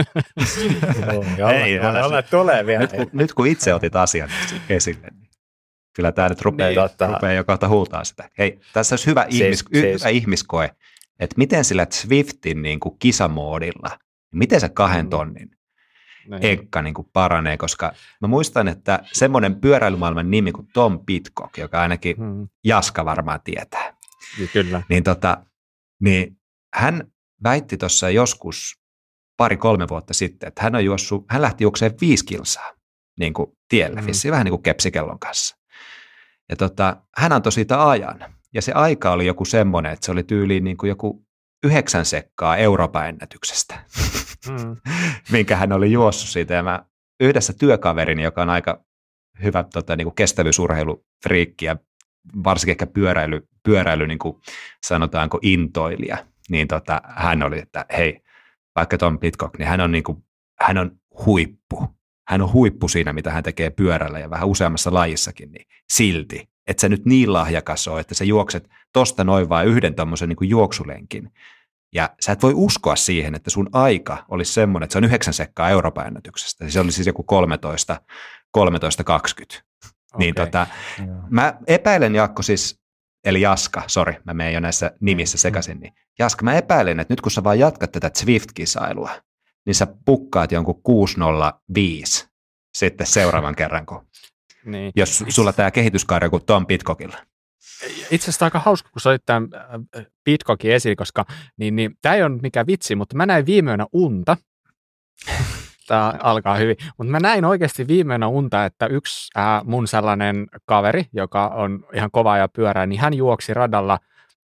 Tulee vielä. Nyt kun itse otit asian esille, niin kyllä tämä nyt rupeaa jo kohta huutaa sitä. Hei, tässä olisi hyvä ihmiskoe, että miten sillä Zwiftin niin kuin kisamoodilla, miten se 2 tonnin enkka niin kuin paranee, koska mä muistan, että semmoinen pyöräilymaailman nimi kuin Tom Pidcock, joka ainakin Jaska varmaan tietää, kyllä. Niin hän väitti tuossa joskus 2-3 vuotta sitten, että hän lähti juoksemaan 5 kilsaa niin kuin tielle, vähän niin kuin kepsikellon kanssa. Ja hän antoi siitä ajan, ja se aika oli joku semmoinen, että se oli tyyliin niin kuin joku 9 sekkaa Euroopan ennätyksestä, minkä hän oli juossut siitä. Ja mä yhdessä työkaverini, joka on aika hyvä niin kuin kestävyysurheilufriikki ja varsinkin ehkä pyöräily niin kuin sanotaanko intoilija, niin hän oli, että hei, vaikka Tom Pidcock, niin hän on huippu. Hän on huippu siinä, mitä hän tekee pyörällä ja vähän useammassa lajissakin, niin silti, että sä nyt niin lahjakas ole, että sä juokset tosta noin vaan yhden tommosen niin kuin juoksulenkin. Ja sä et voi uskoa siihen, että sun aika olisi semmoinen, että se on 9 sekkaa Euroopan ennätyksestä. Se oli siis joku 13-20. Niin mä epäilen Jaakko siis, eli Jaska, mä menen jo näissä nimissä sekaisin, niin Jaska, mä epäilen, että nyt kun sä vaan jatkat tätä Zwift-kisailua, niin sä pukkaat jonkun 6.05 sitten seuraavan kerran, niin. Jos sulla tämä kehityskaari kuin Tom Pidcockilla. Itse asiassa aika hauska, kun sä olit tämän Pidcockin esiin, koska tämä ei ole mikään vitsi, mutta mä näin viime yönä unta. Tämä alkaa hyvin, mutta mä näin oikeasti viime yönä unta, että yksi mun sellainen kaveri, joka on ihan kova ja pyörää, niin hän juoksi radalla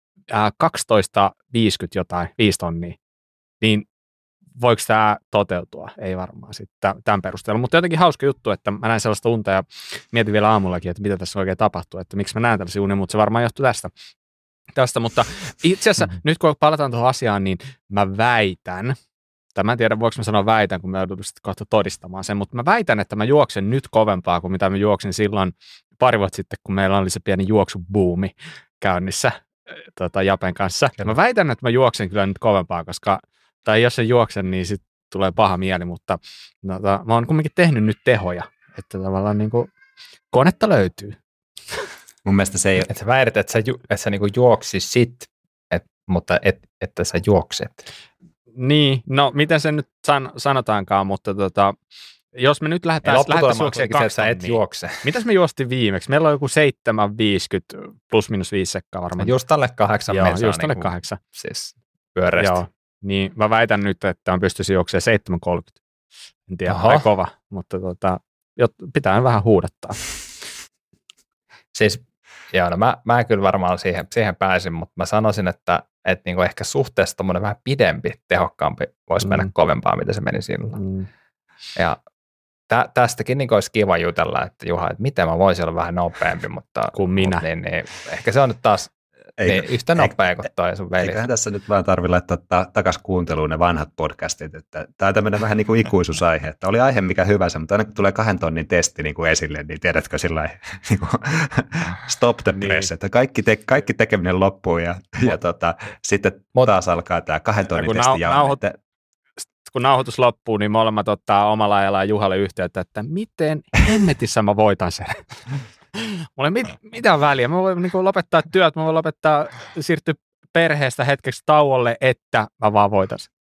12.50 jotain, 5 tonnia. Niin voiko tämä toteutua? Ei varmaan sitten tämän perusteella, mutta jotenkin hauska juttu, että mä näin sellaista unta ja mietin vielä aamullakin, että mitä tässä oikein tapahtuu, että miksi mä näen tällaisia unia, mutta se varmaan johtuu tästä. Mutta itse asiassa nyt kun palataan tuohon asiaan, niin mä väitän, tai mä en tiedä voiko mä sanoa väitän, kun mä joudun sitten kohta todistamaan sen, mutta mä väitän, että mä juoksen nyt kovempaa kuin mitä mä juoksin silloin pari vuotta sitten, kun meillä oli se pieni juoksubuumi käynnissä Japen kanssa. Mä väitän, että mä juoksen kyllä nyt kovempaa, koska tai jos en juokse, niin sitten tulee paha mieli, mutta mä oon kumminkin tehnyt nyt tehoja, että tavallaan niin kuin konetta löytyy. Mun mielestä se ei ole. Että sä väität, että sä niin kuin juoksisit, mutta että sä juokset. Niin, no miten se nyt sanotaankaan, mutta jos me nyt lähdetään juoksemaan 2 sä et juokse. Mitäs me juostiin viimeksi? Meillä on joku 7.50 plus minus 5 sekkaa varmaan. Just alle 8 Joo, just alle 8. Siis pyöreästi. Joo, niin mä väitän nyt, että on pystyisi juoksemaan 7.30. En tiedä, vai kova, mutta pitää vähän huudattaa. Siis, joo, no mä kyllä varmaan siihen pääsin, mutta mä sanoisin, että niinku ehkä suhteessa tommoinen vähän pidempi, tehokkaampi voisi mennä kovempaa, mitä se meni silloin. Ja tästäkin niin olisi kiva jutella, että Juha, että miten mä voisin olla vähän nopeampi, mutta kuin minä. Niin, ehkä se on nyt taas yhtä nopea kuin toi sun veli. Eiköhän tässä nyt vaan tarvitse laittaa takaisin kuunteluun ne vanhat podcastit, että tämä on tämmöinen vähän niin kuin ikuisuusaihe, että oli aihe mikä hyvänsä, mutta aina kun tulee 2 tonnin testi niin kuin esille, niin tiedätkö sillä niin kuin stop the press, että kaikki tekeminen loppuu ja sitten taas alkaa tämä 2 tonnin testi jaolla. Kun nauhoitus loppuu, niin molemmat ottaa omalla ajallaan Juhalle yhteyttä, että miten hemmetissä mä voitan sen. Mulla ei mitään väliä. Mä voin niin lopettaa työt, mä voin siirtyä perheestä hetkeksi tauolle, että mä vaan voitan sen.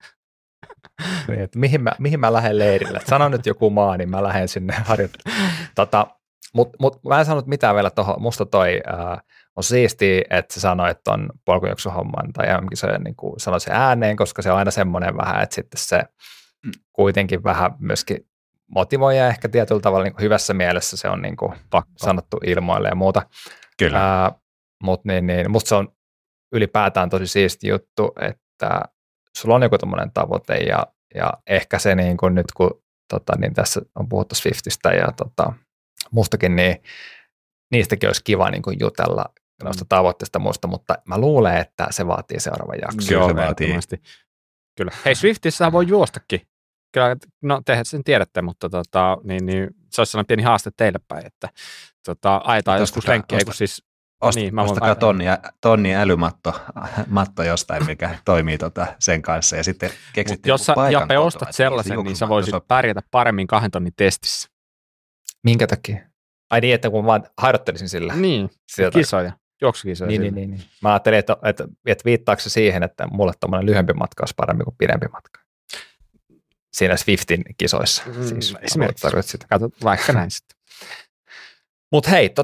Mihin mä lähden leirille? Sano nyt joku maa, niin mä lähden sinne harjoittelemaan. Mutta mä en sanonut mitään vielä tuohon. Musta toi on siistiä, että sä sanoit ton polkujuoksuhomman tai johonkin se niin sanoi se ääneen, koska se on aina semmoinen vähän, että sitten se kuitenkin vähän myöskin motivoi ja ehkä tietyllä tavalla niin hyvässä mielessä se on niin sanottu ilmoille ja muuta. Kyllä. Mutta musta se on ylipäätään tosi siisti juttu, että sulla on joku tommoinen tavoite ja ehkä se niin kuin nyt kun niin tässä on puhuttu Swiftistä ja mustakin, niin niistäkin olisi kiva niin kuin jutella noista tavoitteista musta, mutta mä luulen, että se vaatii seuraavan jakson. Joo, se vaatii. Kyllä. Hei, Swiftissä voi juostakin. Kyllä, no tehän sen tiedätte, mutta se olisi sellainen pieni haaste teille päin, että ajetaan joskus lenkkiä, kun siis ostakaa tonni älymatto jostain, mikä toimii sen kanssa, ja sitten keksitte jos sä, Jape, ostat sellaisen, niin sä voisit pärjätä paremmin 2 tonnin testissä. Minkä takia? Ai niin, että kun mä harjoittelisin sillä. Niin, kisoja, juoksukisoja. Niin. Mä ajattelin, että viittaako se siihen, että mulle tommoinen lyhyempi matka olisi parempi kuin pidempi matka. Siinä Swiftin kisoissa. Siis esimerkiksi. Katsot vaikka näin sitten. Mutta hei,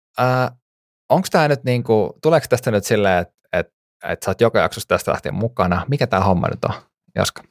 onko tämä nyt niinku, tuleeko tästä nyt silleen, että sä oot joka jaksossa tästä lähtien mukana? Mikä tämä homma nyt on, Jaska?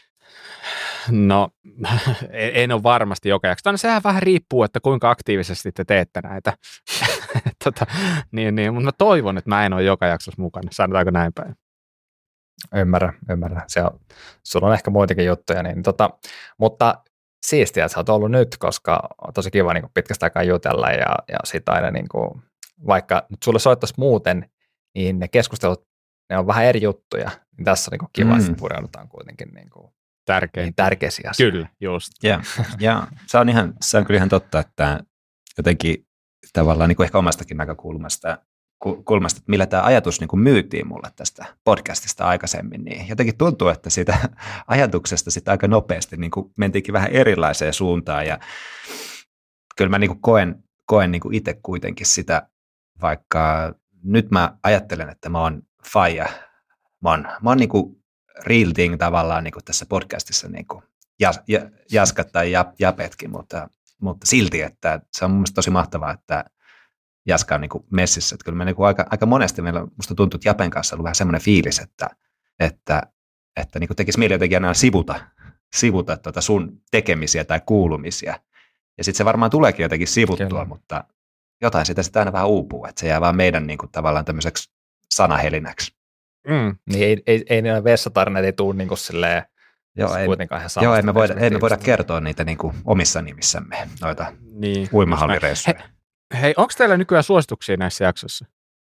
No, en ole varmasti joka jaksossa. No, sehän vähän riippuu, että kuinka aktiivisesti te teette näitä. Mutta mä toivon, että mä en ole joka jaksossa mukana. Sanotaanko näin päin? Ymmärrän. Sulla on ehkä muitakin juttuja, niin mutta siistiä, että sä oot ollut nyt, koska on tosi kiva niin kuin pitkästä aikaa jutella ja sit aina niin kuin, vaikka nyt sulle soittaisi muuten, niin ne keskustelut, ne on vähän eri juttuja, niin tässä on niin kuin kiva, että pureudutaan kuitenkin niin kuin tärkeisiin asioihin. Kyllä, just. Ja se on kyllä ihan totta, että jotenkin tavallaan niin kuin ehkä omastakin näkökulmasta, että millä tämä ajatus niin kuin myytiin mulle tästä podcastista aikaisemmin, niin jotenkin tuntuu, että siitä ajatuksesta sitten aika nopeasti niin kuin mentiinkin vähän erilaiseen suuntaan, ja kyllä mä niin kuin koen niin kuin itse kuitenkin sitä, vaikka nyt mä ajattelen, että mä oon faija, mä oon niin kuin real thing tavallaan niin kuin tässä podcastissa niin kuin jaskat tai japetkin, mutta silti, että se on mun mielestä tosi mahtavaa, että Jaska on niin kuin messissä. Että kyllä me niin kuin aika monesti meillä musta tuntuu, että Japen kanssa on ollut vähän semmoinen fiilis, että niin kuin tekisi mieli jotenkin aina sivuta sun tekemisiä tai kuulumisia. Ja sitten se varmaan tuleekin jotenkin sivuttua, kyllä, mutta jotain sitä sitten aina vähän uupuu, että se jää vaan meidän niin kuin tavallaan tämmöiseksi sanahelinäksi. Niin ei ne vessatarneet ei tule niin kuin silleen, kuitenkaan ihan Joo, ei me voida kertoa niitä niin kuin omissa nimissämme, noita uimahallireissuja. Hei, onko teillä nykyään suosituksia näissä jaksoissa?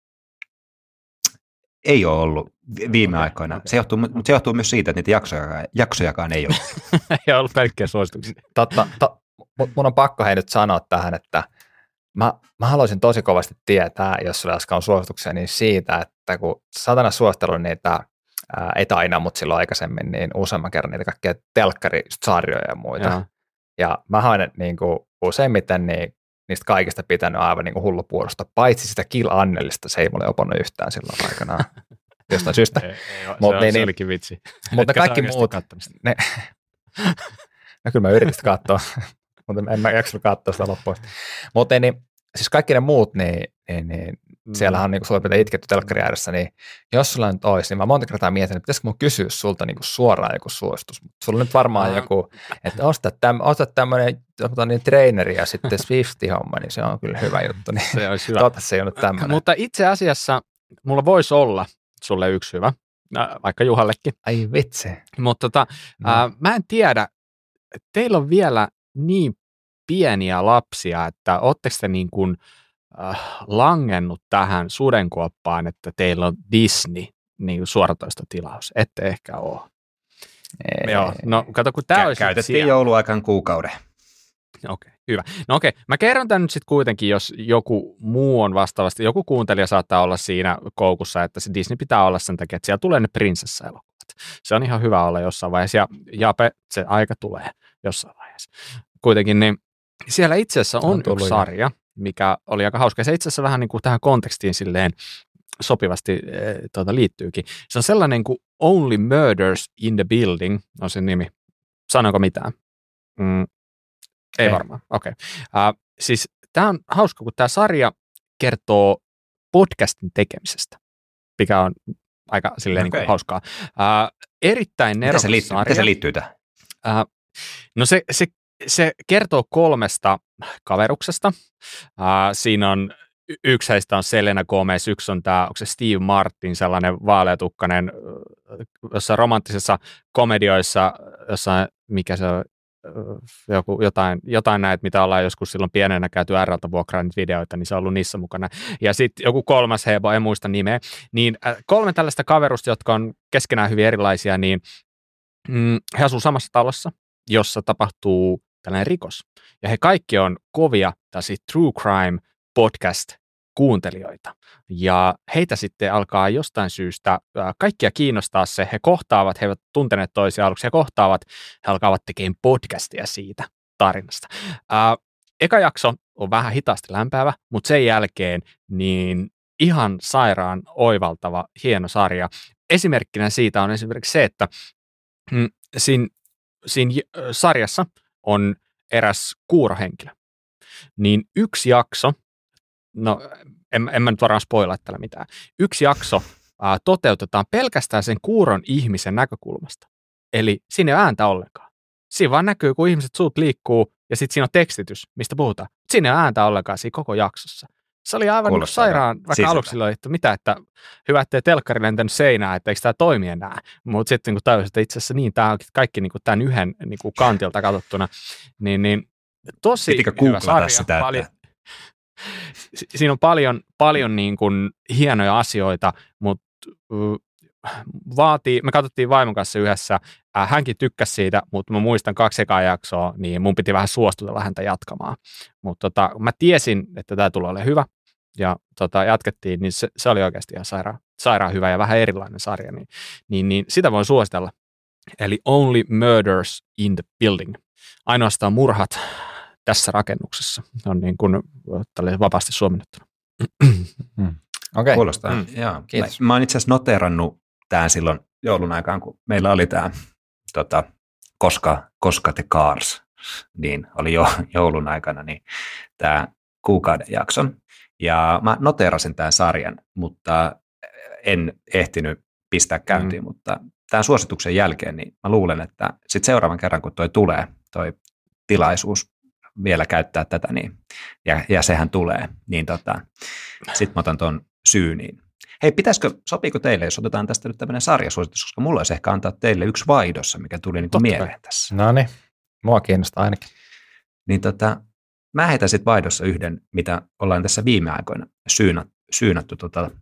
Ei ole ollut viime aikoina. Okay. Se johtuu myös siitä, että niitä jaksojakaan ei ole. Ei ollut pelkkiä suosituksia. Mun on pakko nyt sanoa tähän, että mä haluaisin tosi kovasti tietää, jos sulla on suosituksia, niin siitä, että kun satana suositellut niitä, ei aina, mutta silloin aikaisemmin, niin useamman kerran niitä kaikkia telkkarisarjoja ja muita. Ja, ja mä haen niin kuin useimmiten niistä kaikista pitänyt aivan niin kuin hullupuolusta, paitsi sitä Kill Annelista, se ei mulle opannut yhtään silloin aikanaan jostain syystä. Se olikin vitsi. Mutta kaikki muut, kyllä mä yritin sitä katsoa, mutta en mä jaksanut katsoa sitä loppuun. Mutta siis kaikki ne muut, niin siellähän on niin sulla pitää itketty telkkari ääressä, niin jos sulla nyt olisi, niin mä monta kertaa mietin, että pitäisikö mun kysyä sulta niin suoraan joku suositus. Sulla on nyt varmaan joku, että osta tämmöinen niin traineri ja sitten Swifti-homma, niin se on kyllä hyvä juttu. Niin se olisi hyvä. Toivottavasti se ei ole tämmöinen. Mutta itse asiassa mulla voisi olla sulle yksi hyvä, vaikka Juhallekin. Ai vitsi. Mutta mä en tiedä, teillä on vielä niin pieniä lapsia, että ootteko te niin kuin langennut tähän sudenkuoppaan, että teillä on Disney niin suoratoistotilaus? Ette ehkä ole. Joo, no kato, kun tämä olisi käytettiin jouluaikaan kuukauden. Okei, hyvä. No okei, mä kerron tämän nyt sitten kuitenkin, jos joku muu on vastaavasti, joku kuuntelija saattaa olla siinä koukussa, että se Disney pitää olla sen takia, että siellä tulee ne prinsessa-elokuvat. Se on ihan hyvä olla jossain vaiheessa, ja Jape, se aika tulee jossain vaiheessa. Kuitenkin niin siellä itse asiassa on yksi sarja, mikä oli aika hauska. Se itse asiassa vähän niin kuin tähän kontekstiin silleen sopivasti liittyykin. Se on sellainen kuin Only Murders in the Building, on sen nimi. Sanoinko mitään? Ei varmaan. Okei. Siis tämä on hauska, kun tämä sarja kertoo podcastin tekemisestä, mikä on aika silleen niin kuin hauskaa. Erittäin nerokas sarja. Miten se liittyy tähän? No se kertoo 3 kaveruksesta. Siinä on yksi heistä on Selena Gomez, yksi on onko se Steve Martin, sellainen vaaleatukkainen, jossain romanttisessa komedioissa, jossain, mikä se on, jotain näitä, mitä ollaan joskus silloin pienenä käyty RL:ltä vuokraa niitä videoita, niin se on ollut niissä mukana. Ja sitten joku 3 hebo, en muista nimeä, niin 3 tällaista kaverusta, jotka on keskenään hyvin erilaisia, niin he asuu samassa talossa, jossa tapahtuu tällainen rikos. Ja he kaikki on kovia tällaisia true crime podcast-kuuntelijoita. Ja heitä sitten alkaa jostain syystä kaikkia kiinnostaa se. He kohtaavat, he eivät tunteneet toisia aluksi, he kohtaavat, he alkavat tekemään podcastia siitä tarinasta. Eka jakso on vähän hitaasti lämpäävä, mutta sen jälkeen niin ihan sairaan oivaltava, hieno sarja. Esimerkkinä siitä on esimerkiksi se, että siinä sarjassa on eräs kuurohenkilö. Niin yksi jakso, no en mä nyt varmaan spoilaa tällä mitään, yksi jakso toteutetaan pelkästään sen kuuron ihmisen näkökulmasta. Eli siinä ei ole ääntä ollenkaan. Siinä vaan näkyy, kun ihmiset suut liikkuu ja sitten siinä on tekstitys, mistä puhutaan. Siinä ei ole ääntä ollenkaan siinä koko jaksossa. Se oli aivan niin sairaan, vaikka aluksi oli, että mitä, että hyvä, ettei telkkari lentänyt seinään, että eikö tämä toimi enää. Mutta sitten kun tajusin, että itse asiassa niin, tämä on kaikki niin kuin tämän yhden niin kuin kantilta katsottuna, niin tosi hyvä sarja. Sitä, paljon, siinä on paljon niin kuin hienoja asioita, mutta me katsottiin vaimon kanssa yhdessä, hänkin tykkäsi siitä, mutta mä muistan 2 ekaa jaksoa, niin mun piti vähän suostutella häntä jatkamaan. Mutta mä tiesin, että tämä tulee olemaan hyvä, ja jatkettiin, niin se oli oikeasti ihan sairaan hyvä ja vähän erilainen sarja, niin sitä voin suositella. Eli Only Murders in the Building. Ainoastaan murhat tässä rakennuksessa. On niin kuin vapaasti suomennettuna. Okay. Kuulostaa. Joo. Mä oon itse asiassa noteerannut tämän silloin joulun aikaan, kun meillä oli tämä Koska the Cars, niin oli jo joulun aikana niin tämä kuukauden jakson. Ja mä noteerasin tämän sarjan, mutta en ehtinyt pistää käyntiin, mutta tämän suosituksen jälkeen niin mä luulen, että sitten seuraavan kerran, kun toi tilaisuus vielä käyttää tätä, niin, ja sehän tulee, niin sitten mä otan ton syyniin. Hei, sopiiko teille, jos otetaan tästä nyt tämmöinen sarjasuositus, koska mulla olisi ehkä antaa teille yksi vaihdossa, mikä tuli niin kuin mieleen tässä. No niin, mua kiinnostaa ainakin. Niin mä heitän sitten vaihdossa yhden, mitä ollaan tässä viime aikoina syynattu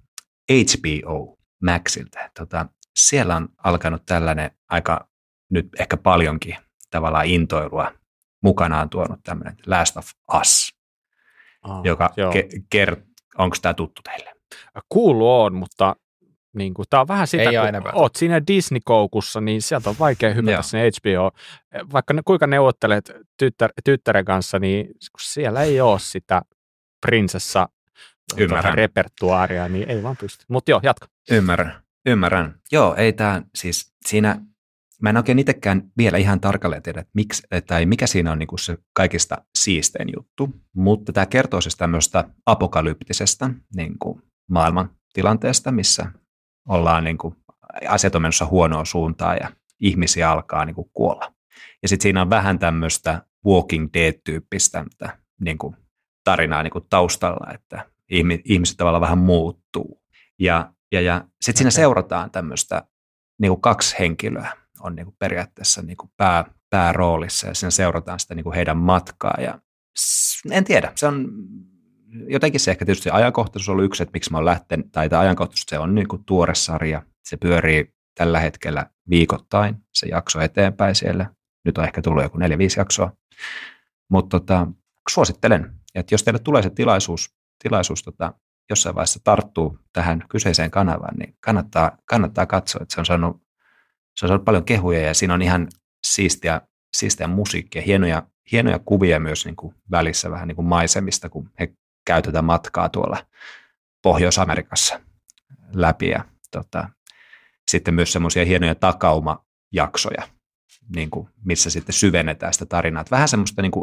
HBO Maxilta. Siellä on alkanut tällainen aika nyt ehkä paljonkin tavallaan intoilua mukanaan tuonut tämmöinen Last of Us, joka onko tämä tuttu teille? Kuullut on, mutta niin tämä on vähän sitä, kun oot siinä Disney-koukussa, niin sieltä on vaikea hypätä sinne HBO. Vaikka kuinka neuvottelet tyttären kanssa, niin siellä ei ole sitä prinsessa repertuaaria, niin ei vaan pysty. Mutta joo, jatka. Ymmärrän. Joo, ei tämä siis siinä, mä en oikein itsekään vielä ihan tarkalleen tiedä, että mikä siinä on niinku se kaikista siistein juttu, mutta tämä kertoo siis tämmöistä apokalyptisesta niinku maailman tilanteesta, missä ollaan niinku, asiat on menossa huonoa suuntaan ja ihmisiä alkaa niinku kuolla. Ja sitten siinä on vähän tämmöistä Walking Dead-tyyppistä niinku tarinaa niinku taustalla, että ihmiset tavallaan vähän muuttuu. Ja sitten siinä seurataan tämmöistä niinku 2 henkilöä on niinku periaatteessa niinku pääroolissa ja siinä seurataan sitä niinku heidän matkaa. Ja en tiedä, se on jotenkin se ehkä tietysti ajankohtaisuus on ollut yksi, että miksi mä oon lähtenyt, tai tämä ajankohtaisuus se on niinku tuore sarja, se pyörii tällä hetkellä viikoittain, se jakso eteenpäin siellä, nyt on ehkä tullut joku 4-5 jaksoa, mutta suosittelen, että jos teille tulee se tilaisuus jossain vaiheessa tarttuu tähän kyseiseen kanavaan, niin kannattaa katsoa, että se on saanut paljon kehuja ja siinä on ihan siistiä musiikkia, hienoja kuvia myös niin kuin välissä vähän niin kuin maisemista, kun he käy tätä matkaa tuolla Pohjois-Amerikassa läpi ja sitten myös semmoisia hienoja takaumajaksoja, niin kuin, missä sitten syvennetään sitä tarinaa. Vähän semmoista niin kuin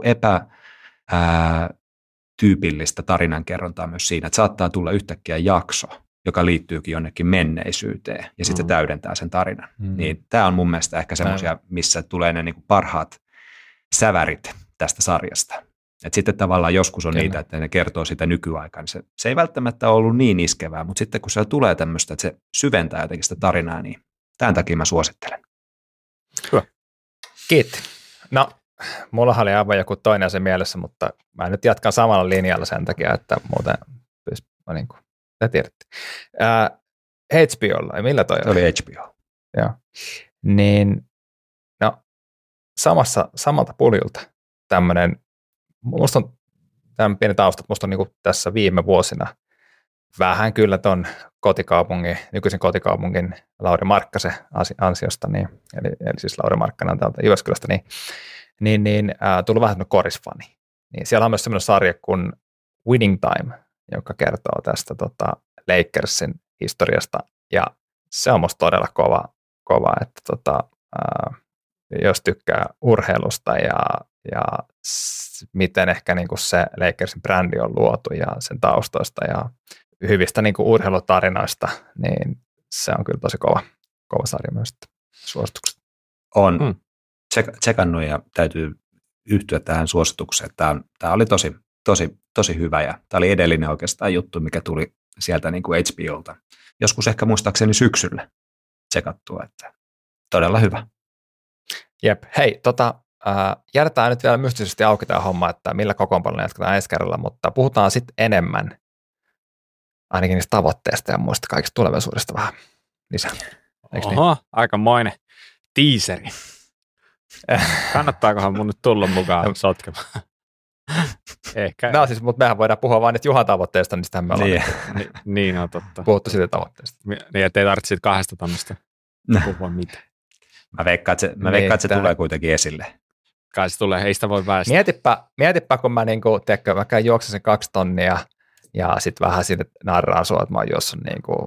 tyypillistä tarinankerrontaa myös siinä, että saattaa tulla yhtäkkiä jakso, joka liittyykin jonnekin menneisyyteen, ja sitten se täydentää sen tarinan. Niin tämä on mun mielestä ehkä semmoisia, missä tulee ne niin kuin parhaat sävärit tästä sarjasta. Et sitten tavallaan joskus on niitä, että ne kertoo sitä nykyaikaa, niin se ei välttämättä ole ollut niin iskevää, mutta sitten kun se tulee tämmöistä, että se syventää jotenkin sitä tarinaa, niin tämän takia mä suosittelen. Hyvä. Kiitti. No, mullahan oli aivan joku toinen asia mielessä, mutta mä nyt jatkan samalla linjalla sen takia, että muuten niin kuin te tiedätte. HBOlla, millä toi oli? HBO. Joo. Niin, no, samalta puljulta tämmöinen, musta on tämän pieni tausta, että musta on niin kuin tässä viime vuosina vähän kyllä ton nykyisen kotikaupungin Lauri Markkasen ansiosta, niin, eli siis Lauri Markkanen on täältä Jyväskylästä, niin tullut vähän semmoinen korisfani. Niin siellä on myös semmoinen sarja kuin Winning Time, joka kertoo tästä Lakersin historiasta, ja se on musta todella kova että jos tykkää urheilusta ja miten ehkä niinku se Lakersin brändi on luotu ja sen taustoista ja hyvistä niinku urheilutarinoista, niin se on kyllä tosi kova sarja myös suositukset. On tsekannut ja täytyy yhtyä tähän suositukseen. Tämä oli tosi hyvä. Ja tämä oli edellinen oikeastaan juttu, mikä tuli sieltä niin kuin HBOlta. Joskus ehkä muistaakseni syksyllä tsekattua, että todella hyvä. Jep, hei, jätetään nyt vielä mystisesti auki tämä homma, että millä kokoonpanolla jatketaan ensi kerralla, mutta puhutaan sitten enemmän ainakin niistä tavoitteista ja muista kaikista tulevaisuudesta vähän lisää. Oho, niin? Aikamoinen tiiseri. Kannattaakohan mun nyt tulla mukaan sotkemaan? Ehkä. No siis, mutta mehän voidaan puhua vain niistä Juhan tavoitteista, niin sitähän me ollaan niin on totta. Puhuttu siitä tavoitteesta. Niin, ettei tarvitse siitä 2 tonnista puhua mitään. Mä veikkaan, että se tulee kuitenkin esille. Kai se tulee, ei sitä voi päästä. Mietipä kun mä, mä käyn juoksen sen 2 tonnia ja sitten vähän sinne narraan sua, että mä oon juossut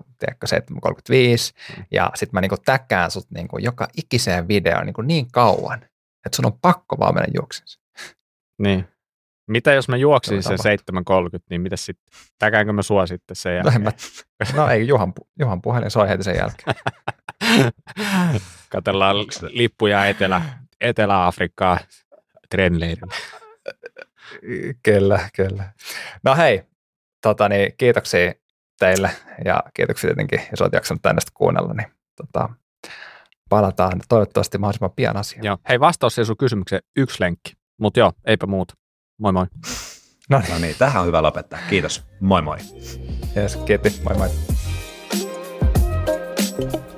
7.35 ja sitten mä täkkään sut joka ikiseen videoon niin kauan, että sun on pakko vaan mennä juoksensa. Niin. Mitä jos mä juoksin sen 7.30, niin mitä sitten? Täkäänkö mä sua sitten sen jälkeen? Ei, Juhan puhelin soi heti sen jälkeen. Katsellaan lippuja Etelä-Afrikkaa treenileirille. Kyllä. No hei, kiitoksia teille ja kiitoksia tietenkin, jos olet jaksanut tänne kuunnella, niin palataan toivottavasti mahdollisimman pian asiaan. Joo. Hei, vastaus siihen sun kysymykseen 1 lenkki, mutta joo, eipä muuta. Moi moi. No niin, tähän on hyvä lopettaa. Kiitos. Moi moi. Yes, kiitos. Moi moi.